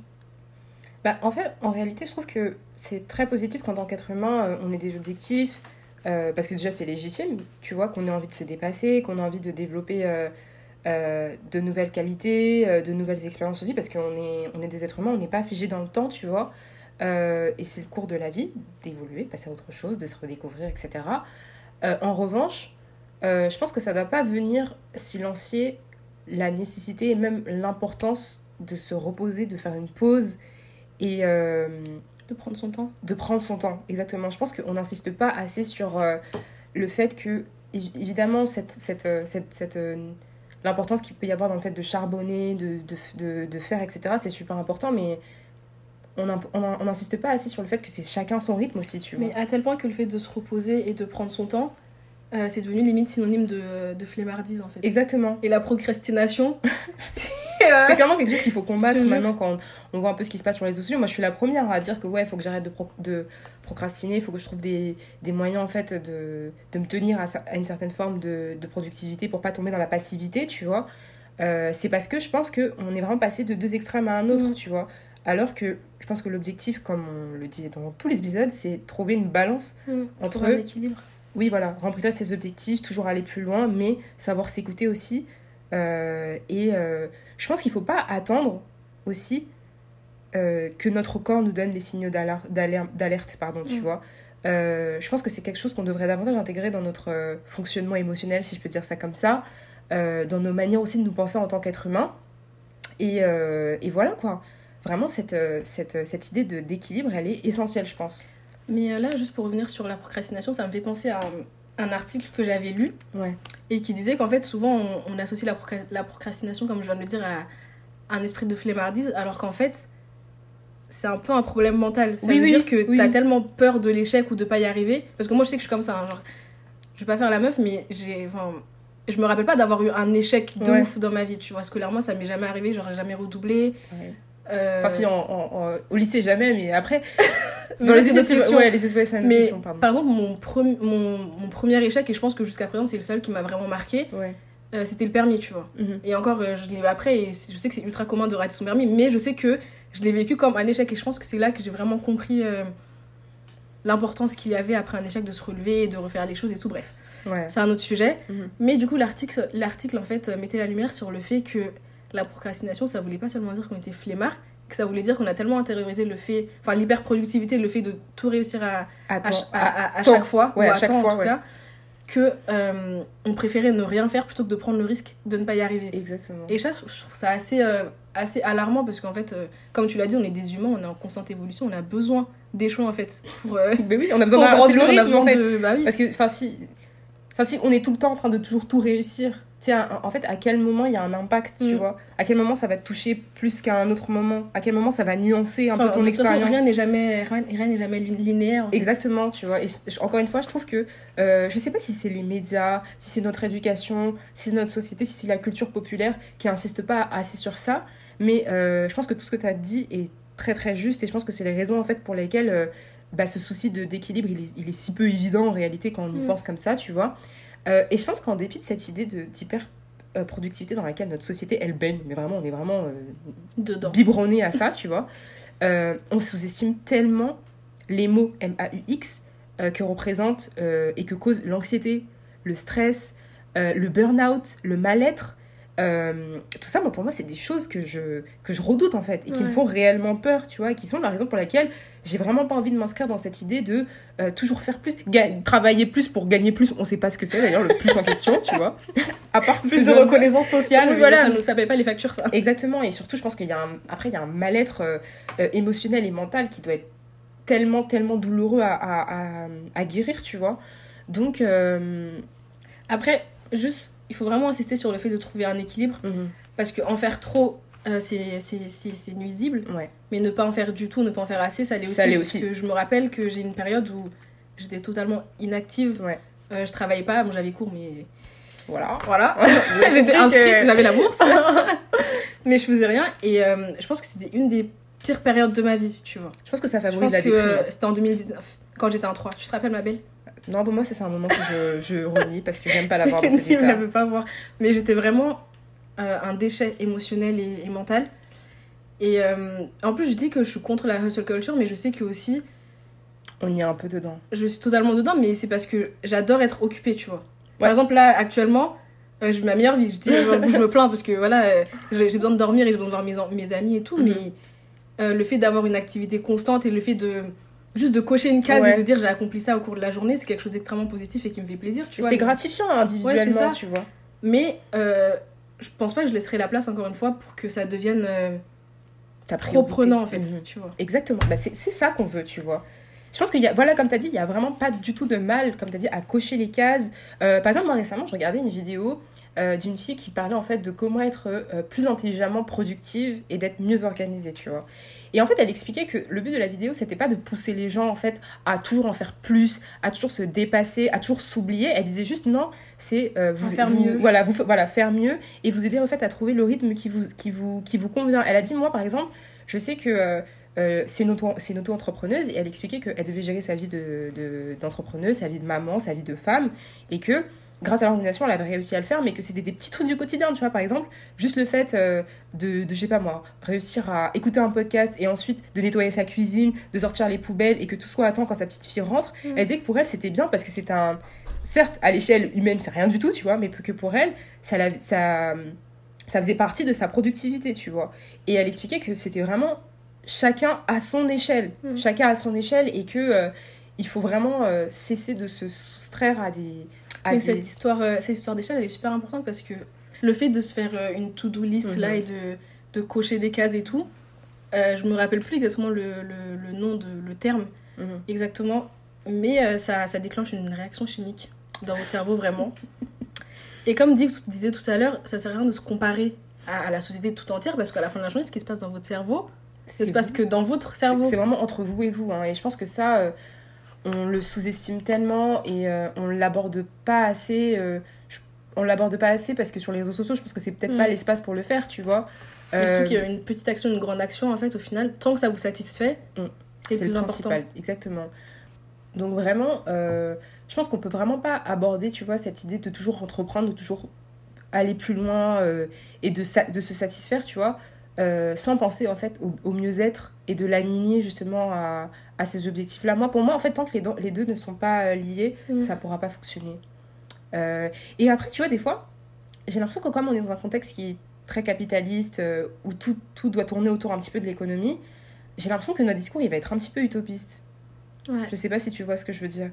Bah, en fait, en réalité, je trouve que c'est très positif qu'en tant qu'être humain, euh, on ait des objectifs, euh, parce que déjà, c'est légitime, tu vois, qu'on ait envie de se dépasser, qu'on a envie de développer euh, euh, de nouvelles qualités, euh, de nouvelles expériences aussi, parce qu'on est, on est des êtres humains, on n'est pas figé dans le temps, tu vois. Euh, et c'est le cours de la vie, d'évoluer, de passer à autre chose, de se redécouvrir, et cetera. Euh, en revanche, euh, je pense que ça ne doit pas venir silencier la nécessité et même l'importance de se reposer, de faire une pause et euh, De prendre son temps. de prendre son temps. Exactement. Je pense qu'on n'insiste pas assez sur euh, le fait que, évi- évidemment, cette, cette, euh, cette, cette, euh, l'importance qu'il peut y avoir dans le fait de charbonner, de, de, de, de faire, et cetera, c'est super important, mais on n'insiste pas assez sur le fait que c'est chacun son rythme aussi, tu vois. Mais à tel point que le fait de se reposer et de prendre son temps, euh, c'est devenu limite synonyme de, de flemmardise, en fait. Exactement. Et la procrastination, c'est, euh... c'est clairement quelque chose qu'il faut combattre jure. maintenant quand on, on voit un peu ce qui se passe sur les réseaux sociaux. Moi, je suis la première à dire que ouais, il faut que j'arrête de, pro- de procrastiner, il faut que je trouve des, des moyens en fait de, de me tenir à, à une certaine forme de, de productivité pour pas tomber dans la passivité, tu vois. Euh, c'est parce que je pense qu'on est vraiment passé de deux extrêmes à un autre, mmh. tu vois. Alors que je pense que l'objectif, comme on le dit dans tous les épisodes, c'est trouver une balance mmh, entre... un équilibre. Oui, voilà, remplir ses objectifs, toujours aller plus loin, mais savoir s'écouter aussi. Euh, et euh, je pense qu'il ne faut pas attendre aussi euh, que notre corps nous donne des signaux d'alerte, d'alerte, d'alerte pardon, mmh. tu vois. Euh, je pense que c'est quelque chose qu'on devrait davantage intégrer dans notre euh, fonctionnement émotionnel, si je peux dire ça comme ça, euh, dans nos manières aussi de nous penser en tant qu'être humain. Et, euh, et voilà, quoi. Vraiment, cette, cette, cette idée de, d'équilibre, elle est essentielle, je pense. Mais là, juste pour revenir sur la procrastination, ça me fait penser à un, un article que j'avais lu ouais. et qui disait qu'en fait, souvent, on, on associe la, procra- la procrastination, comme je viens de le dire, à, à un esprit de flemmardise, alors qu'en fait, c'est un peu un problème mental. Ça oui, veut oui, dire que oui. t'as tellement peur de l'échec ou de pas y arriver. Parce que moi, je sais que je suis comme ça. Hein, genre, je vais pas faire la meuf, mais j'ai... Enfin, je me rappelle pas d'avoir eu un échec de ouais. ouf dans ma vie, tu vois. Scolairement, ça m'est jamais arrivé, j'aurais jamais redoublé. Ouais. Euh... Enfin, si, en, en, en, au lycée, jamais, mais après... mais dans ça, les c'est études, question. ouais, les études, c'est une mais, question, pardon. Par exemple, mon, pre- mon, mon premier échec, et je pense que jusqu'à présent, c'est le seul qui m'a vraiment marqué, ouais. euh, c'était le permis, tu vois. Mm-hmm. Et encore, euh, je l'ai après, et je sais que c'est ultra commun de rater son permis, mais je sais que je l'ai vécu comme un échec, et je pense que c'est là que j'ai vraiment compris euh, l'importance qu'il y avait après un échec de se relever, de refaire les choses et tout, bref. Ouais. C'est un autre sujet. Mm-hmm. Mais du coup, l'article, l'article, en fait, mettait la lumière sur le fait que la procrastination, ça voulait pas seulement dire qu'on était flemmard, que ça voulait dire qu'on a tellement intériorisé le fait, enfin l'hyperproductivité, le fait de tout réussir à, Attends, à, à, à, à chaque fois, ouais, ou à à chaque temps fois, en tout ouais. cas, que euh, on préférait ne rien faire plutôt que de prendre le risque de ne pas y arriver. Exactement. Et ça, je trouve ça assez, euh, assez alarmant parce qu'en fait, euh, comme tu l'as dit, on est des humains, on est en constante évolution, on a besoin d'échouer en fait. Pour, euh, mais oui, on a besoin d'un c'est rythme en fait. De... Bah oui. Parce que, enfin, si... Enfin, si on est tout le temps en train de toujours tout réussir, tu sais, en fait, à quel moment il y a un impact, tu mm. vois ? À quel moment ça va te toucher plus qu'à un autre moment ? À quel moment ça va nuancer un enfin, peu ton de expérience ? Façon, rien n'est jamais, rien, rien n'est jamais linéaire. En fait. Exactement, tu vois. Et encore une fois, je trouve que, euh, je sais pas si c'est les médias, si c'est notre éducation, si c'est notre société, si c'est la culture populaire qui insiste pas assez sur ça, mais euh, je pense que tout ce que tu as dit est très très juste et je pense que c'est les raisons en fait pour lesquelles euh, bah, ce souci de, d'équilibre, il est, il est si peu évident en réalité quand on y mm. pense comme ça, tu vois. Euh, et je pense qu'en dépit de cette idée de, d'hyper euh, productivité dans laquelle notre société elle baigne, mais vraiment on est vraiment euh, dedans, biberonné à ça, tu vois, euh, on sous-estime tellement les mots M A U X euh, que représentent euh, et que causent l'anxiété, le stress, euh, le burn-out, le mal-être. Euh, tout ça, moi, pour moi, c'est des choses que je, que je redoute, en fait, et qui ouais. me font réellement peur, tu vois, et qui sont la raison pour laquelle j'ai vraiment pas envie de m'inscrire dans cette idée de euh, toujours faire plus, ga- travailler plus pour gagner plus. On sait pas ce que c'est, d'ailleurs, le plus en question, tu vois. À part plus de reconnaissance sociale, oui, voilà. Ça ne s'appelle pas les factures, ça. Exactement, et surtout, je pense qu'il y a un, après, il y a un mal-être euh, euh, émotionnel et mental qui doit être tellement, tellement douloureux à, à, à, à guérir, tu vois. Donc, euh... après, juste... il faut vraiment insister sur le fait de trouver un équilibre mmh. parce qu'en faire trop euh, c'est, c'est, c'est, c'est nuisible ouais. mais ne pas en faire du tout, ne pas en faire assez, ça l'est aussi, ça l'est parce aussi. Que je me rappelle que j'ai une période où j'étais totalement inactive, ouais. euh, je travaillais pas, bon, j'avais cours mais voilà, voilà. J'étais inscrite, que... j'avais la bourse mais je faisais rien et euh, je pense que c'était une des pires périodes de ma vie, tu vois. Je pense que ça favorise la déprime. Je pense que euh, c'était en deux mille dix-neuf quand j'étais en trois, tu te rappelles ma belle? Non, pour moi, ça, c'est un moment que je, je renie parce que j'aime pas l'avoir dans cet si, état. Je ne veux pas voir. Mais j'étais vraiment euh, un déchet émotionnel et, et mental. Et euh, en plus, je dis que je suis contre la hustle culture, mais je sais que aussi... on y est un peu dedans. Je suis totalement dedans, mais c'est parce que j'adore être occupée, tu vois. Ouais. Par exemple, là, actuellement, euh, je vis ma meilleure vie. Je dis, euh, je me plains parce que, voilà, euh, j'ai, j'ai besoin de dormir et j'ai besoin de voir mes, mes amis et tout, mm-hmm. mais euh, le fait d'avoir une activité constante et le fait de... juste de cocher une case ouais. et de dire j'ai accompli ça au cours de la journée, c'est quelque chose d'extrêmement positif et qui me fait plaisir, tu vois. C'est gratifiant individuellement, ouais, tu vois. Mais euh, je pense pas que je laisserai la place, encore une fois, pour que ça devienne euh, trop prenant, en fait, mmh. tu vois. Exactement, bah, c'est, c'est ça qu'on veut, tu vois. Je pense qu'il y a, voilà, comme tu as dit, il n'y a vraiment pas du tout de mal, comme tu as dit, à cocher les cases. Euh, par exemple, moi, récemment, je regardais une vidéo euh, d'une fille qui parlait, en fait, de comment être euh, plus intelligemment productive et d'être mieux organisée, tu vois. Et en fait, elle expliquait que le but de la vidéo, c'était pas de pousser les gens, en fait, à toujours en faire plus, à toujours se dépasser, à toujours s'oublier. Elle disait juste, non, c'est euh, vous, faire vous- mieux. Voilà, vous, voilà, faire mieux et vous aider, en fait, à trouver le rythme qui vous, qui vous, qui vous convient. Elle a dit, moi, par exemple, je sais que euh, euh, c'est une, auto, c'est une auto-entrepreneuse et elle expliquait qu'elle devait gérer sa vie de, de, d'entrepreneuse, sa vie de maman, sa vie de femme et que grâce à l'organisation, elle avait réussi à le faire, mais que c'était des petits trucs du quotidien, tu vois, par exemple, juste le fait euh, de, de, je sais pas moi, réussir à écouter un podcast et ensuite de nettoyer sa cuisine, de sortir les poubelles et que tout soit à temps quand sa petite fille rentre. Mmh. Elle disait que pour elle, c'était bien parce que c'est un... Certes, à l'échelle humaine, c'est rien du tout, tu vois, mais que pour elle, ça, la, ça, ça faisait partie de sa productivité, tu vois. Et elle expliquait que c'était vraiment chacun à son échelle, mmh. chacun à son échelle et que euh, il faut vraiment euh, cesser de se soustraire à des... Mais des... cette histoire, euh, cette histoire d'échelle, elle est super importante parce que le fait de se faire euh, une to-do list mmh. là et de, de cocher des cases et tout, euh, je me rappelle plus exactement le, le, le nom, de, le terme mmh. exactement, mais euh, ça, ça déclenche une réaction chimique dans votre cerveau vraiment. Et comme Div disait tout à l'heure, ça sert à rien de se comparer à, à la société tout entière parce qu'à la fin de la journée, ce qui se passe dans votre cerveau, ça se passe que dans votre cerveau. C'est, c'est vraiment entre vous et vous, hein, et je pense que ça... Euh... on le sous-estime tellement et euh, on l'aborde pas assez euh, je, on l'aborde pas assez parce que sur les réseaux sociaux je pense que c'est peut-être mmh. pas l'espace pour le faire, tu vois. Euh... surtout qu'il y a une petite action, une grande action en fait au final, tant que ça vous satisfait mmh. c'est, c'est le plus le important. Exactement. Donc vraiment euh, je pense qu'on peut vraiment pas aborder, tu vois, cette idée de toujours entreprendre, de toujours aller plus loin euh, et de, sa- de se satisfaire, tu vois, euh, sans penser en fait au, au mieux-être et de l'aligner justement à, à ces objectifs-là. Moi, pour moi, en fait, tant que les, do- les deux ne sont pas liés, mmh. ça pourra pas fonctionner. Euh, et après, tu vois, des fois, j'ai l'impression que comme on est dans un contexte qui est très capitaliste, euh, où tout, tout doit tourner autour un petit peu de l'économie, j'ai l'impression que notre discours, il va être un petit peu utopiste. Ouais. Je sais pas si tu vois ce que je veux dire.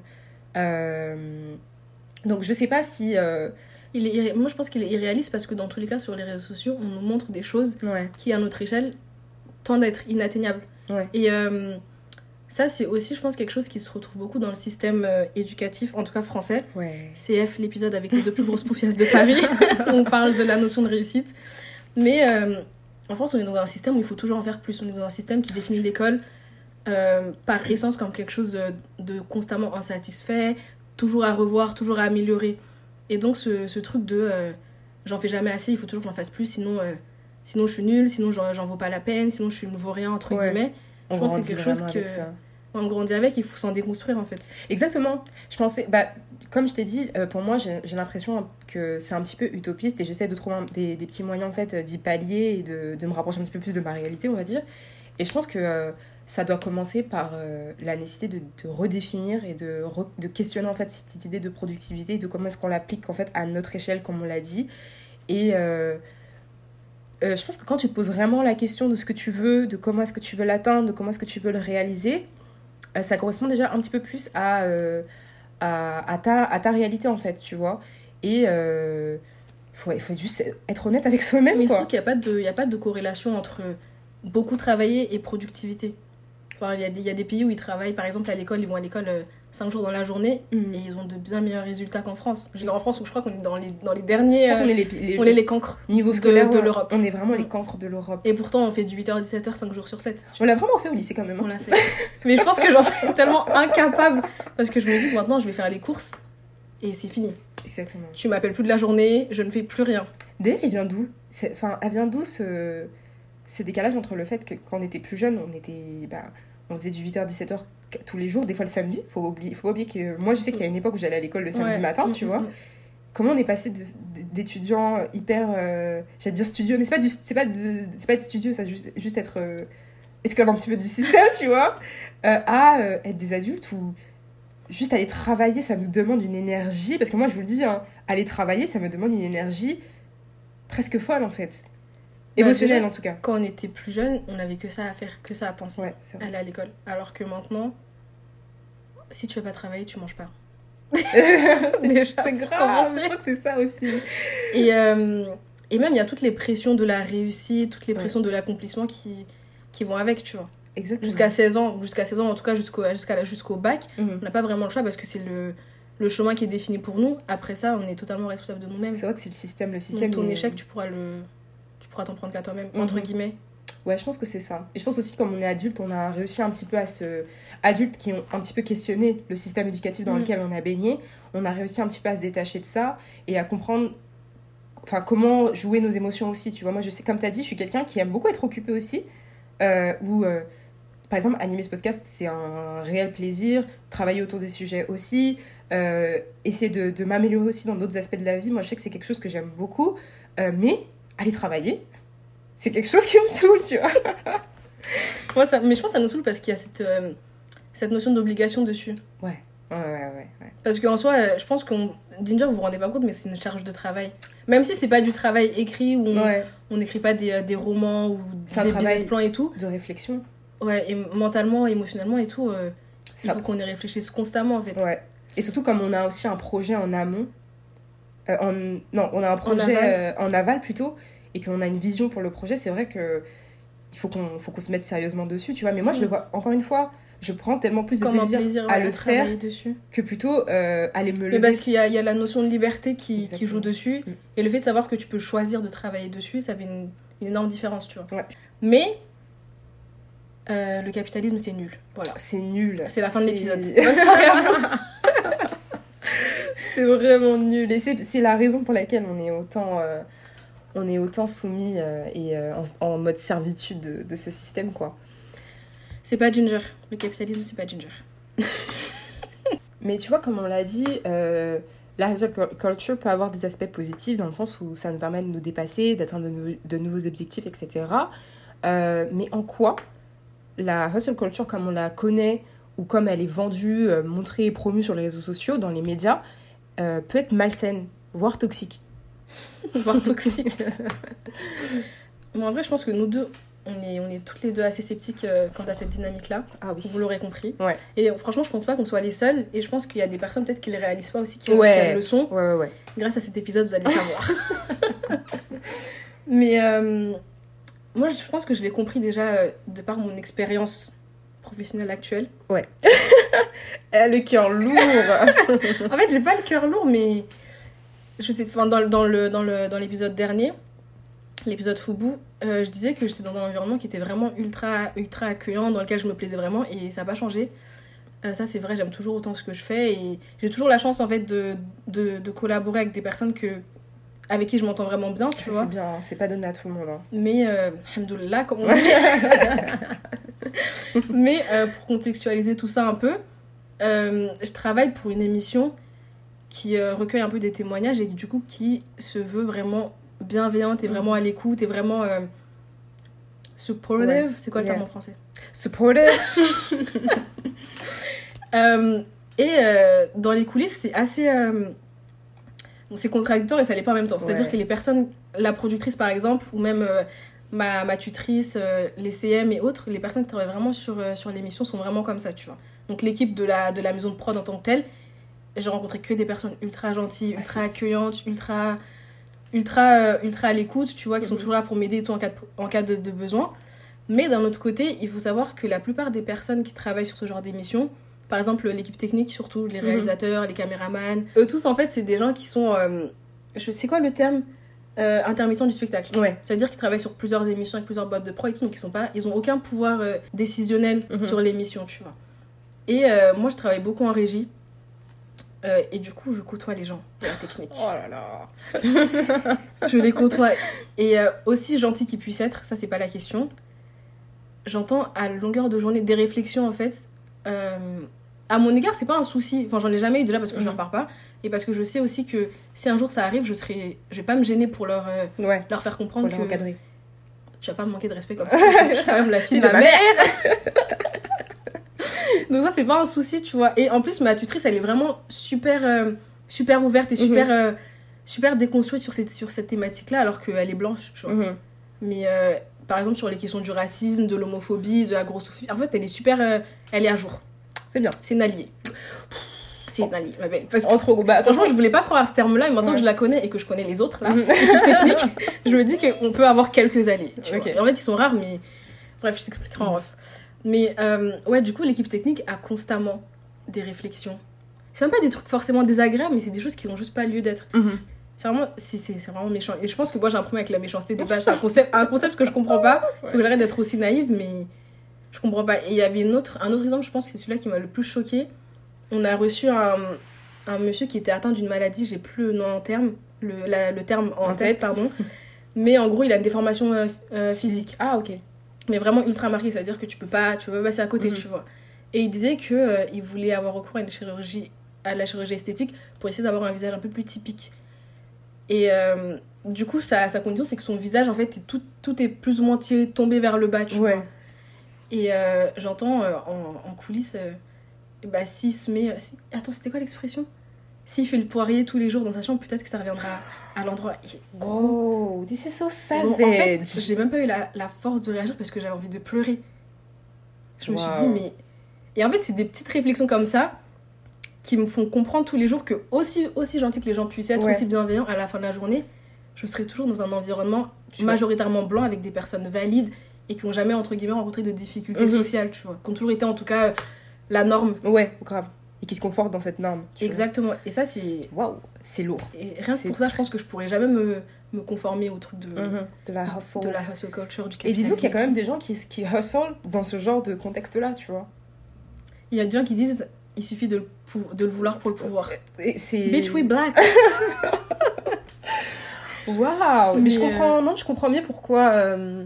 Euh, donc, je sais pas si... Euh, Il est irré... Moi, je pense qu'il est irréaliste parce que dans tous les cas, sur les réseaux sociaux, on nous montre des choses ouais. qui, à notre échelle, tendent à être inatteignables. Ouais. Et euh, ça, c'est aussi, je pense, quelque chose qui se retrouve beaucoup dans le système euh, éducatif, en tout cas français. Ouais. C F, l'épisode avec les deux plus grosses poufiasses de Paris. On parle de la notion de réussite. Mais euh, en France, on est dans un système où il faut toujours en faire plus. On est dans un système qui définit l'école euh, par essence comme quelque chose de constamment insatisfait, toujours à revoir, toujours à améliorer. Et donc, ce, ce truc de euh, j'en fais jamais assez, il faut toujours que j'en fasse plus, sinon, euh, sinon je suis nulle, sinon j'en, j'en vaux pas la peine, sinon je ne vaux rien, entre ouais. guillemets. On je pense que c'est quelque chose que. On grandit avec, il faut s'en déconstruire en fait. Exactement. Je pensais, bah, comme je t'ai dit, euh, pour moi, j'ai, j'ai l'impression que c'est un petit peu utopiste et j'essaie de trouver un, des, des petits moyens en fait, d'y pallier et de, de me rapprocher un petit peu plus de ma réalité, on va dire. Et je pense que. Euh, ça doit commencer par euh, la nécessité de, de redéfinir et de, re, de questionner en fait cette idée de productivité et de comment est-ce qu'on l'applique en fait à notre échelle, comme on l'a dit. Et euh, euh, je pense que quand tu te poses vraiment la question de ce que tu veux, de comment est-ce que tu veux l'atteindre, de comment est-ce que tu veux le réaliser, euh, ça correspond déjà un petit peu plus à, euh, à, à, ta, à ta réalité en fait, tu vois. Et euh, faut, il faut juste être honnête avec soi-même. Mais quoi. je trouve qu'il n'y a pas de, il y a pas de corrélation entre beaucoup travailler et productivité. Enfin, il y a des, il y a des pays où ils travaillent, par exemple à l'école, ils vont à l'école euh, cinq jours dans la journée mmh. et ils ont de bien meilleurs résultats qu'en France. Je dis en France où je crois qu'on est dans les, dans les derniers... Euh, on est les, les, on est les cancres niveau scolaire de, de l'Europe. On est vraiment les cancres de l'Europe. Et pourtant, on fait du huit heures à dix-sept heures, cinq jours sur sept. On l'a vraiment fait au lycée quand même. Hein. On l'a fait. Mais je pense que j'en suis tellement incapable parce que je me dis que maintenant, je vais faire les courses et c'est fini. Exactement. Tu m'appelles plus de la journée, je ne fais plus rien. D'ailleurs, il vient d'où c'est, enfin, elle vient d'où ce, ce décalage entre le fait que quand on était plus jeune, on était... Bah, on faisait du huit heures dix-sept heures tous les jours, des fois le samedi. Faut oublier, faut pas oublier que moi, je sais qu'il y a une époque où j'allais à l'école le samedi ouais. matin, tu mmh, vois. Mmh. Comment on est passé de, d'étudiants hyper, euh, j'allais dire studieux, mais c'est pas du, c'est pas de, c'est pas être studieux, ça juste, juste être euh, esclave un petit peu du système, tu vois, euh, à euh, être des adultes où juste aller travailler, ça nous demande une énergie. Parce que moi, je vous le dis, hein, aller travailler, ça me demande une énergie presque folle en fait. Émotionnel, en tout cas. Quand on était plus jeune, on n'avait que ça à faire, que ça à penser, ouais, c'est vrai. Aller à l'école. Alors que maintenant, si tu veux pas travailler, tu manges pas. c'est, déjà c'est grave, commencé. Je crois que c'est ça aussi. Et, euh, et même, il y a toutes les pressions de la réussite, toutes les pressions ouais. de l'accomplissement qui, qui vont avec, tu vois. Exactement. Jusqu'à seize ans, jusqu'à seize ans, en tout cas jusqu'au, jusqu'à, jusqu'au bac, mm-hmm. on n'a pas vraiment le choix parce que c'est le... le chemin qui est défini pour nous. Après ça, on est totalement responsable de nous-mêmes. C'est vrai que c'est le système. Le système donc ton est... échec, tu pourras le... tu pourras t'en prendre qu'à toi-même, mm-hmm. entre guillemets. Ouais, je pense que c'est ça. Et je pense aussi, comme on est adulte, on a réussi un petit peu à se... Adultes qui ont un petit peu questionné le système éducatif dans mmh. lequel on a baigné, on a réussi un petit peu à se détacher de ça et à comprendre enfin, comment jouer nos émotions aussi, tu vois. Moi, je sais, comme tu as dit, je suis quelqu'un qui aime beaucoup être occupé aussi, euh, où, euh, par exemple, animer ce podcast, c'est un réel plaisir, travailler autour des sujets aussi, euh, essayer de, de m'améliorer aussi dans d'autres aspects de la vie. Moi, je sais que c'est quelque chose que j'aime beaucoup, euh, mais aller travailler, c'est quelque chose qui me saoule, tu vois. Moi, ça, mais je pense que ça nous saoule parce qu'il y a cette, euh, cette notion d'obligation dessus. Ouais, ouais, ouais, ouais. ouais. Parce qu'en soi, euh, je pense qu'on... Ginger, vous vous rendez pas compte, mais c'est une charge de travail. Même si c'est pas du travail écrit, où on ouais. n'écrit pas des, des romans ou c'est des business plans et tout. De réflexion. Ouais, et mentalement, émotionnellement et tout, euh, il faut qu'on y réfléchisse constamment, en fait. Ouais. Et surtout, comme on a aussi un projet en amont, euh, en... non, on a un projet en aval, euh, en aval plutôt, et qu'on a une vision pour le projet, c'est vrai que il faut qu'on, faut qu'on se mette sérieusement dessus, tu vois. Mais moi, mmh. je le vois, encore une fois, je prends tellement plus de Comme plaisir, plaisir à ouais, le faire dessus. que plutôt euh, aller me lever. Mais parce qu'il y a, il y a la notion de liberté qui, qui joue dessus, mmh. et le fait de savoir que tu peux choisir de travailler dessus, ça fait une, une énorme différence, tu vois. Ouais. Mais euh, le capitalisme, c'est nul. Voilà. C'est nul. C'est la fin c'est... de l'épisode. Bonne soirée à vous. C'est vraiment nul. Et c'est, c'est la raison pour laquelle on est autant... Euh... on est autant soumis euh, et euh, en, en mode servitude de, de ce système, quoi. C'est pas Ginger. Le capitalisme, c'est pas Ginger. Mais tu vois, comme on l'a dit, euh, la hustle culture peut avoir des aspects positifs dans le sens où ça nous permet de nous dépasser, d'atteindre de, nou- de nouveaux objectifs, et cetera. Euh, mais en quoi la hustle culture, comme on la connaît, ou comme elle est vendue, euh, montrée et promue sur les réseaux sociaux, dans les médias, euh, peut être malsaine, voire toxique. voire toxique. Bon, en vrai, je pense que nous deux, on est, on est toutes les deux assez sceptiques euh, quant à cette dynamique-là. Ah oui. Vous l'aurez compris. Ouais. Et franchement, je pense pas qu'on soit les seuls. Et je pense qu'il y a des personnes peut-être qui ne le réalisent pas aussi, qui, ouais. qui elles le sont. Ouais, ouais, ouais. Grâce à cet épisode, vous allez savoir. Mais euh, moi, je pense que je l'ai compris déjà euh, de par mon expérience professionnelle actuelle. Ouais. Elle a le cœur lourd. En fait, j'ai pas le cœur lourd, mais... Je sais, enfin, dans, dans, le, dans, le, dans l'épisode dernier, l'épisode Foubou, euh, je disais que j'étais dans un environnement qui était vraiment ultra, ultra accueillant, dans lequel je me plaisais vraiment, et ça n'a pas changé. Euh, ça, c'est vrai, j'aime toujours autant ce que je fais, et j'ai toujours la chance, en fait, de, de, de collaborer avec des personnes que, avec qui je m'entends vraiment bien, tu ça, vois. C'est bien, c'est pas donné à tout le monde. Hein. Mais, euh, alhamdoulilah, comme on dit. Mais, euh, pour contextualiser tout ça un peu, euh, je travaille pour une émission qui euh, recueille un peu des témoignages et du coup qui se veut vraiment bienveillante et vraiment à l'écoute et vraiment euh, supportive. Ouais. C'est quoi le yeah. terme en français? Supportive. euh, et euh, dans les coulisses, c'est assez... Euh, bon, c'est contradictoire et ça l'est pas en même temps. C'est-à-dire ouais. que les personnes, la productrice par exemple, ou même euh, ma, ma tutrice, euh, les C M et autres, les personnes qui travaillent vraiment sur, euh, sur l'émission sont vraiment comme ça, tu vois. Donc l'équipe de la, de la maison de prod en tant que telle, j'ai rencontré que des personnes ultra gentilles, ultra ah, accueillantes, ultra, ultra, euh, ultra à l'écoute, tu vois, qui mm-hmm. sont toujours là pour m'aider et tout en cas, de, en cas de, de besoin. Mais d'un autre côté, il faut savoir que la plupart des personnes qui travaillent sur ce genre d'émission, par exemple l'équipe technique surtout, les réalisateurs, mm-hmm. les caméramans, eux tous en fait c'est des gens qui sont, euh, je sais quoi le terme, euh, intermittents du spectacle. Ouais. C'est-à-dire qu'ils travaillent sur plusieurs émissions avec plusieurs boîtes de prod et tout, donc ils sont pas, ils ont aucun pouvoir euh, décisionnel mm-hmm. sur l'émission, tu vois. Et euh, moi je travaille beaucoup en régie. Euh, et du coup, je côtoie les gens de la technique. Oh là là. Je les côtoie. Et euh, aussi gentils qu'ils puissent être, ça c'est pas la question. J'entends à longueur de journée des réflexions en fait. Euh, à mon égard, c'est pas un souci. Enfin, j'en ai jamais eu déjà parce que mmh. je leur parle pas. Et parce que je sais aussi que si un jour ça arrive, je serai, je vais pas me gêner pour leur, euh, ouais. leur faire comprendre pour que. Leur encadrer. Tu vas pas me manquer de respect comme ça. Je suis quand même la fille de, de ma mère. mère. Donc ça c'est pas un souci, tu vois. Et en plus ma tutrice elle est vraiment super euh, super ouverte et super mm-hmm. euh, super déconstruite sur cette sur cette thématique là alors qu'elle est blanche, tu vois. Mm-hmm. Mais euh, par exemple sur les questions du racisme, de l'homophobie, de la grossophobie, en fait elle est super euh, elle est à jour. C'est bien, c'est une alliée. C'est une alliée, ma belle. Parce que entre bah, franchement je voulais pas croire à ce terme là, et maintenant ouais. que je la connais et que je connais les autres là, mm-hmm. techniques, je me dis qu'on peut avoir quelques alliés, tu okay. vois. Et en fait ils sont rares mais bref, je t'expliquerai mm-hmm. en off. Mais euh, ouais, du coup, l'équipe technique a constamment des réflexions. C'est même pas des trucs forcément désagréables, mais c'est des choses qui n'ont juste pas lieu d'être. Mm-hmm. C'est vraiment, c'est, c'est, c'est vraiment méchant. Et je pense que moi, j'ai un problème avec la méchanceté de base. C'est un concept, un concept que je comprends pas. Il faut que j'arrête d'être aussi naïve, mais je comprends pas. Et il y avait une autre, un autre exemple, je pense que c'est celui-là qui m'a le plus choquée. On a reçu un, un monsieur qui était atteint d'une maladie, j'ai plus le nom en terme, le, la, le terme en, en tête, tête, pardon. Mais en gros, il a une déformation euh, euh, physique. Ah, ok. Mais vraiment ultra marquée, c'est-à-dire que tu peux pas, tu peux pas passer à côté, mm-hmm. tu vois. Et il disait qu'il euh, voulait avoir recours à une chirurgie, à la chirurgie esthétique pour essayer d'avoir un visage un peu plus typique. Et euh, du coup, sa, sa condition, c'est que son visage, en fait, tout, tout est plus ou moins tiré, tombé vers le bas, tu ouais. vois. Et euh, j'entends euh, en, en coulisses, euh, bah, s'il se met... Si... Attends, c'était quoi l'expression ? S'il fait le poirier tous les jours dans sa chambre, peut-être que ça reviendra à l'endroit. Oh, this is so savage. Bon, en fait, j'ai même pas eu la, la force de réagir parce que j'avais envie de pleurer. Je me wow. suis dit, mais... Et en fait, c'est des petites réflexions comme ça qui me font comprendre tous les jours que, aussi, aussi gentil que les gens puissent être, ouais. aussi bienveillants, à la fin de la journée, je serai toujours dans un environnement tu majoritairement vois. blanc avec des personnes valides et qui n'ont jamais, entre guillemets, rencontré de difficultés mm-hmm. sociales, tu vois. Qui ont toujours été, en tout cas, la norme. Ouais, grave. Et qui se confortent dans cette norme. Exactement. Vois. Et ça, c'est... Waouh, c'est lourd. Et rien que pour ça, je pense que je pourrais jamais me, me conformer au truc de... Mm-hmm. De la hustle. De la hustle culture, du capitalisme. Et dis-nous qu'il y a quand même des gens qui, qui hustle dans ce genre de contexte-là, tu vois. Il y a des gens qui disent... Il suffit de le, pou- de le vouloir pour le pouvoir. Et c'est... Bitch, we black. Waouh. Mais, mais je comprends... Euh... Non, je comprends mieux pourquoi... Euh...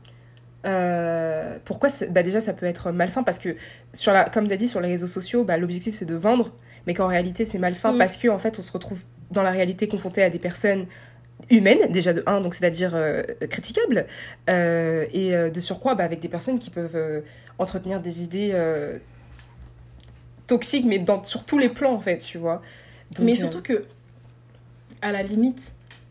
Euh, pourquoi bah déjà ça peut être malsain parce que sur la, comme tu as dit sur les réseaux sociaux bah, l'objectif c'est de vendre mais qu'en réalité c'est malsain mmh. parce qu'en fait on se retrouve dans la réalité confronté à des personnes humaines déjà de un donc c'est à dire euh, critiquables euh, et euh, de surcroît bah, avec des personnes qui peuvent euh, entretenir des idées euh, toxiques mais dans, sur tous les plans en fait tu vois donc, mais surtout euh... que à la limite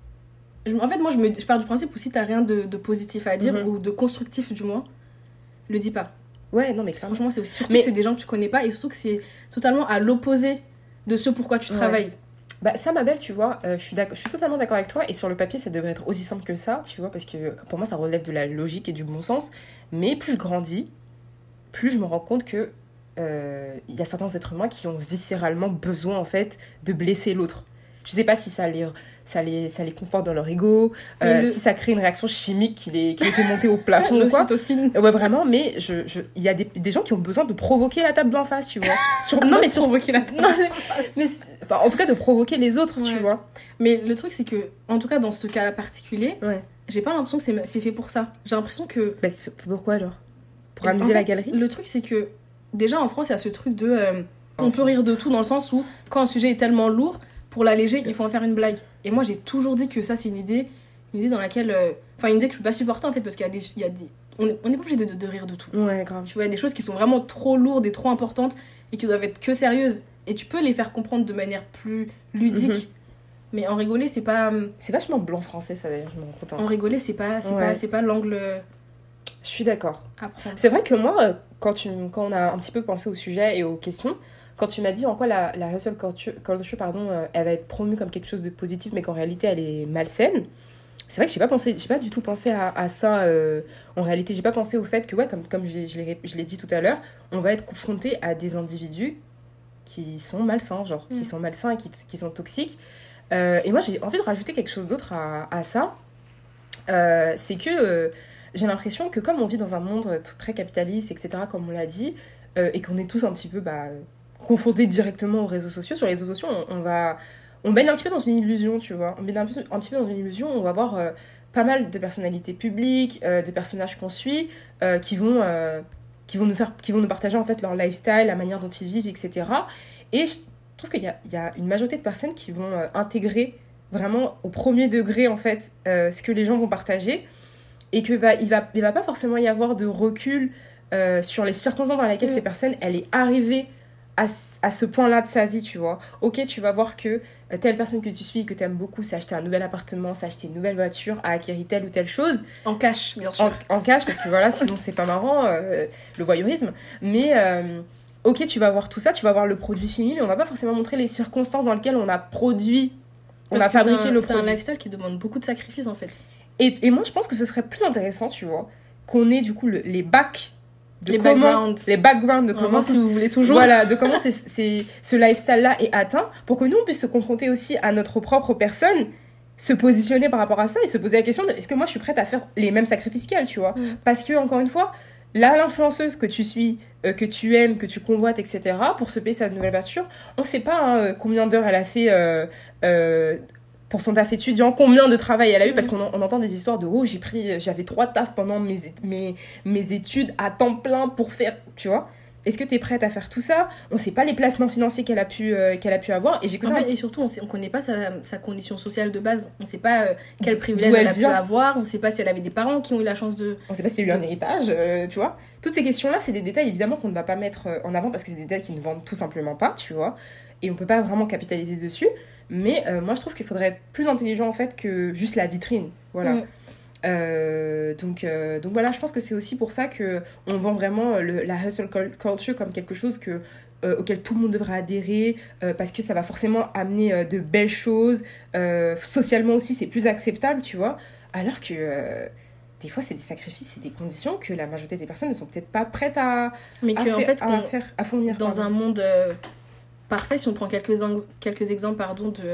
en fait, moi, je, me, je pars du principe où si t'as rien de, de positif à dire, mm-hmm. ou de constructif du moins, le dis pas. Ouais, non, mais clairement. Franchement, c'est aussi, surtout mais... que c'est des gens que tu connais pas, et surtout que c'est totalement à l'opposé de ce pourquoi tu travailles. Ouais. Bah, ça, ma belle, tu vois, euh, je, suis je suis totalement d'accord avec toi, et sur le papier, ça devrait être aussi simple que ça, tu vois, parce que pour moi, ça relève de la logique et du bon sens, mais plus je grandis, plus je me rends compte que euh, y a certains êtres humains qui ont viscéralement besoin, en fait, de blesser l'autre. Je sais pas si ça les, ça les, ça les conforte dans leur ego, euh, le... si ça crée une réaction chimique qui les, qui les fait monter au plafond ou quoi. Ouais, vraiment, mais il je, je, y a des, des gens qui ont besoin de provoquer la table d'en face, tu vois. Sur, non, mais sur... provoquer la table non, mais, enfin, en tout cas, de provoquer les autres, ouais. tu vois. Mais le truc, c'est que, en tout cas, dans ce cas-là particulier, ouais. j'ai pas l'impression que c'est, c'est fait pour ça. J'ai l'impression que... Bah, c'est pourquoi alors ? Pour amuser en fait, la galerie ? Le truc, c'est que, déjà, en France, il y a ce truc de... Euh, on peut rire de tout dans le sens où, quand un sujet est tellement lourd, pour l'alléger, il faut en faire une blague. Et moi, j'ai toujours dit que ça, c'est une idée, une idée dans laquelle... Enfin, euh, une idée que je peux pas supporter, en fait, parce qu'il y a des... Il y a des on n'est on est pas obligé de, de, de rire de tout. Ouais, grave. Tu vois, il y a des choses qui sont vraiment trop lourdes et trop importantes et qui doivent être que sérieuses. Et tu peux les faire comprendre de manière plus ludique. Mm-hmm. Mais en rigoler, c'est pas... C'est vachement blanc français, ça, d'ailleurs, je m'en rends compte. En rigoler, c'est pas, c'est ouais. pas, c'est pas l'angle... Je suis d'accord. Apprendre. C'est vrai que moi, quand, tu, quand on a un petit peu pensé au sujet et aux questions... Quand tu m'as dit en quoi la, la hustle culture, culture pardon, euh, elle va être promue comme quelque chose de positif, mais qu'en réalité elle est malsaine, c'est vrai que j'ai pas pensé, j'ai pas du tout pensé à, à ça. Euh, en réalité, j'ai pas pensé au fait que, ouais, comme, comme je, je, l'ai, je l'ai dit tout à l'heure, on va être confronté à des individus qui sont malsains, genre, mmh. qui sont malsains et qui, qui sont toxiques. Euh, et moi, j'ai envie de rajouter quelque chose d'autre à, à ça. Euh, c'est que euh, j'ai l'impression que comme on vit dans un monde très capitaliste, et cetera, comme on l'a dit, euh, et qu'on est tous un petit peu... Bah, confrontés directement aux réseaux sociaux. Sur les réseaux sociaux, on, on va... On baigne un petit peu dans une illusion, tu vois. On baigne un, peu, un petit peu dans une illusion. On va voir euh, pas mal de personnalités publiques, euh, de personnages qu'on suit, euh, qui, vont, euh, qui, vont nous faire, qui vont nous partager, en fait, leur lifestyle, la manière dont ils vivent, et cetera. Et je trouve qu'il y a, il y a une majorité de personnes qui vont euh, intégrer vraiment au premier degré, en fait, euh, ce que les gens vont partager. Et qu'il bah, il va, il va pas forcément y avoir de recul euh, sur les circonstances dans lesquelles mmh. ces personnes, elle est arrivée À, à ce point-là de sa vie, tu vois. Ok, tu vas voir que euh, telle personne que tu suis, que tu aimes beaucoup, s'est acheté un nouvel appartement, s'est acheté une nouvelle voiture, a acquéri telle ou telle chose. En cash, bien sûr. En, en cash, parce que voilà, sinon c'est pas marrant, euh, le voyeurisme. Mais, euh, ok, tu vas voir tout ça, tu vas voir le produit fini, mais on va pas forcément montrer les circonstances dans lesquelles on a produit, on parce a fabriqué c'est un, le c'est produit. C'est un lifestyle qui demande beaucoup de sacrifices, en fait. Et, et moi, je pense que ce serait plus intéressant, tu vois, qu'on ait du coup le, les bacs de les comment, backgrounds. les backgrounds de comment, si vous voulez toujours. Voilà, de comment c'est, c'est, ce lifestyle-là est atteint, pour que nous, on puisse se confronter aussi à notre propre personne se positionner par rapport à ça et se poser la question de est-ce que moi je suis prête à faire les mêmes sacrifices qu'elle, tu vois. Mm. Parce que, encore une fois, là, l'influenceuse que tu suis, euh, que tu aimes, que tu convoites, et cetera, pour se payer sa nouvelle voiture, on ne sait pas hein, combien d'heures elle a fait euh, euh, pour son taf étudiant, combien de travail elle a eu, mmh. parce qu'on on entend des histoires de « oh, j'ai pris, j'avais trois tafs pendant mes, mes, mes études à temps plein pour faire… » Tu vois. Est-ce que tu es prête à faire tout ça? On ne sait pas les placements financiers qu'elle a pu, euh, qu'elle a pu avoir. Et, j'ai en fait, et surtout, on ne connaît pas sa, sa condition sociale de base. On ne sait pas euh, quel privilège elle, elle a vient. pu avoir. On ne sait pas si elle avait des parents qui ont eu la chance de... On ne sait pas s'il y a eu un héritage, euh, tu vois. Toutes ces questions-là, c'est des détails, évidemment, qu'on ne va pas mettre en avant parce que c'est des détails qui ne vendent tout simplement pas, tu vois. Et on ne peut pas vraiment capitaliser dessus. Mais euh, moi, je trouve qu'il faudrait être plus intelligent, en fait, que juste la vitrine. Voilà. Mm. Euh, donc, euh, donc voilà, je pense que c'est aussi pour ça qu'on vend vraiment le, la hustle culture comme quelque chose que, euh, auquel tout le monde devrait adhérer euh, parce que ça va forcément amener euh, de belles choses. Euh, socialement aussi, c'est plus acceptable, tu vois. Alors que euh, des fois, c'est des sacrifices, c'est des conditions que la majorité des personnes ne sont peut-être pas prêtes à, Mais à, que, faire, en fait, à, faire, à fournir. Dans pardon. un monde euh, parfait, si on prend quelques, quelques exemples pardon, de,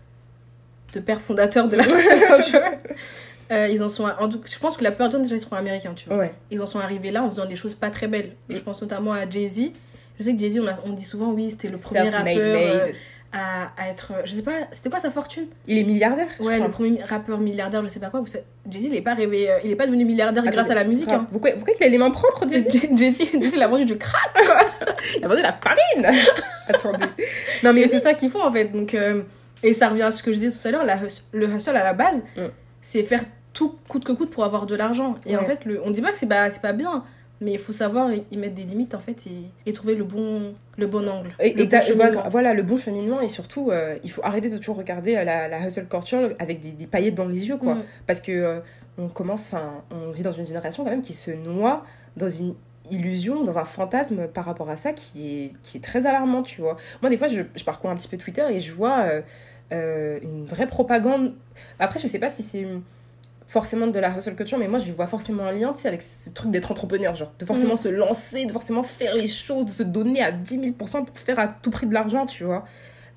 de pères fondateurs de la hustle culture... Euh, ils en sont en, je pense que la plupart du temps déjà ils seront américains, tu vois. Ouais. Ils en sont arrivés là en faisant des choses pas très belles. Et je pense notamment à Jay-Z. Je sais que Jay-Z on, a, on dit souvent oui c'était le premier rappeur euh, à, à être, je sais pas, c'était quoi sa fortune? Il est milliardaire. Ouais, le premier rappeur milliardaire, je sais pas quoi. Vous savez, Jay-Z il est pas rêvé, il est pas devenu milliardaire ah, grâce à la musique. Hein. Pourquoi, pourquoi il a les mains propres, Jay-Z? Jay-Z, Jay-Z il a vendu du crack quoi. Il a vendu de la farine. Attendez. Non mais c'est ça qu'ils font en fait. Donc euh, et ça revient à ce que je disais tout à l'heure, la, le hustle à la base, mm. c'est faire tout coûte que coûte pour avoir de l'argent. Et ouais. en fait, le, on dit pas que c'est pas, c'est pas bien, mais il faut savoir y, y mettre des limites, en fait, et, et trouver le bon, le bon angle. Et, le et bon voilà, voilà, le bon cheminement, et surtout, euh, il faut arrêter de toujours regarder la, la hustle culture avec des, des paillettes dans les yeux, quoi. Mm. Parce que euh, on commence, enfin, on vit dans une génération, quand même, qui se noie dans une illusion, dans un fantasme par rapport à ça qui est, qui est très alarmant, tu vois. Moi, des fois, je, je parcours un petit peu Twitter et je vois euh, euh, une vraie propagande. Après, je sais pas si c'est forcément de la hustle culture, mais moi je vois forcément un lien, tu sais, avec ce truc d'être entrepreneur, genre de forcément mmh. se lancer, de forcément faire les choses, de se donner à dix mille pour cent pour faire à tout prix de l'argent, tu vois.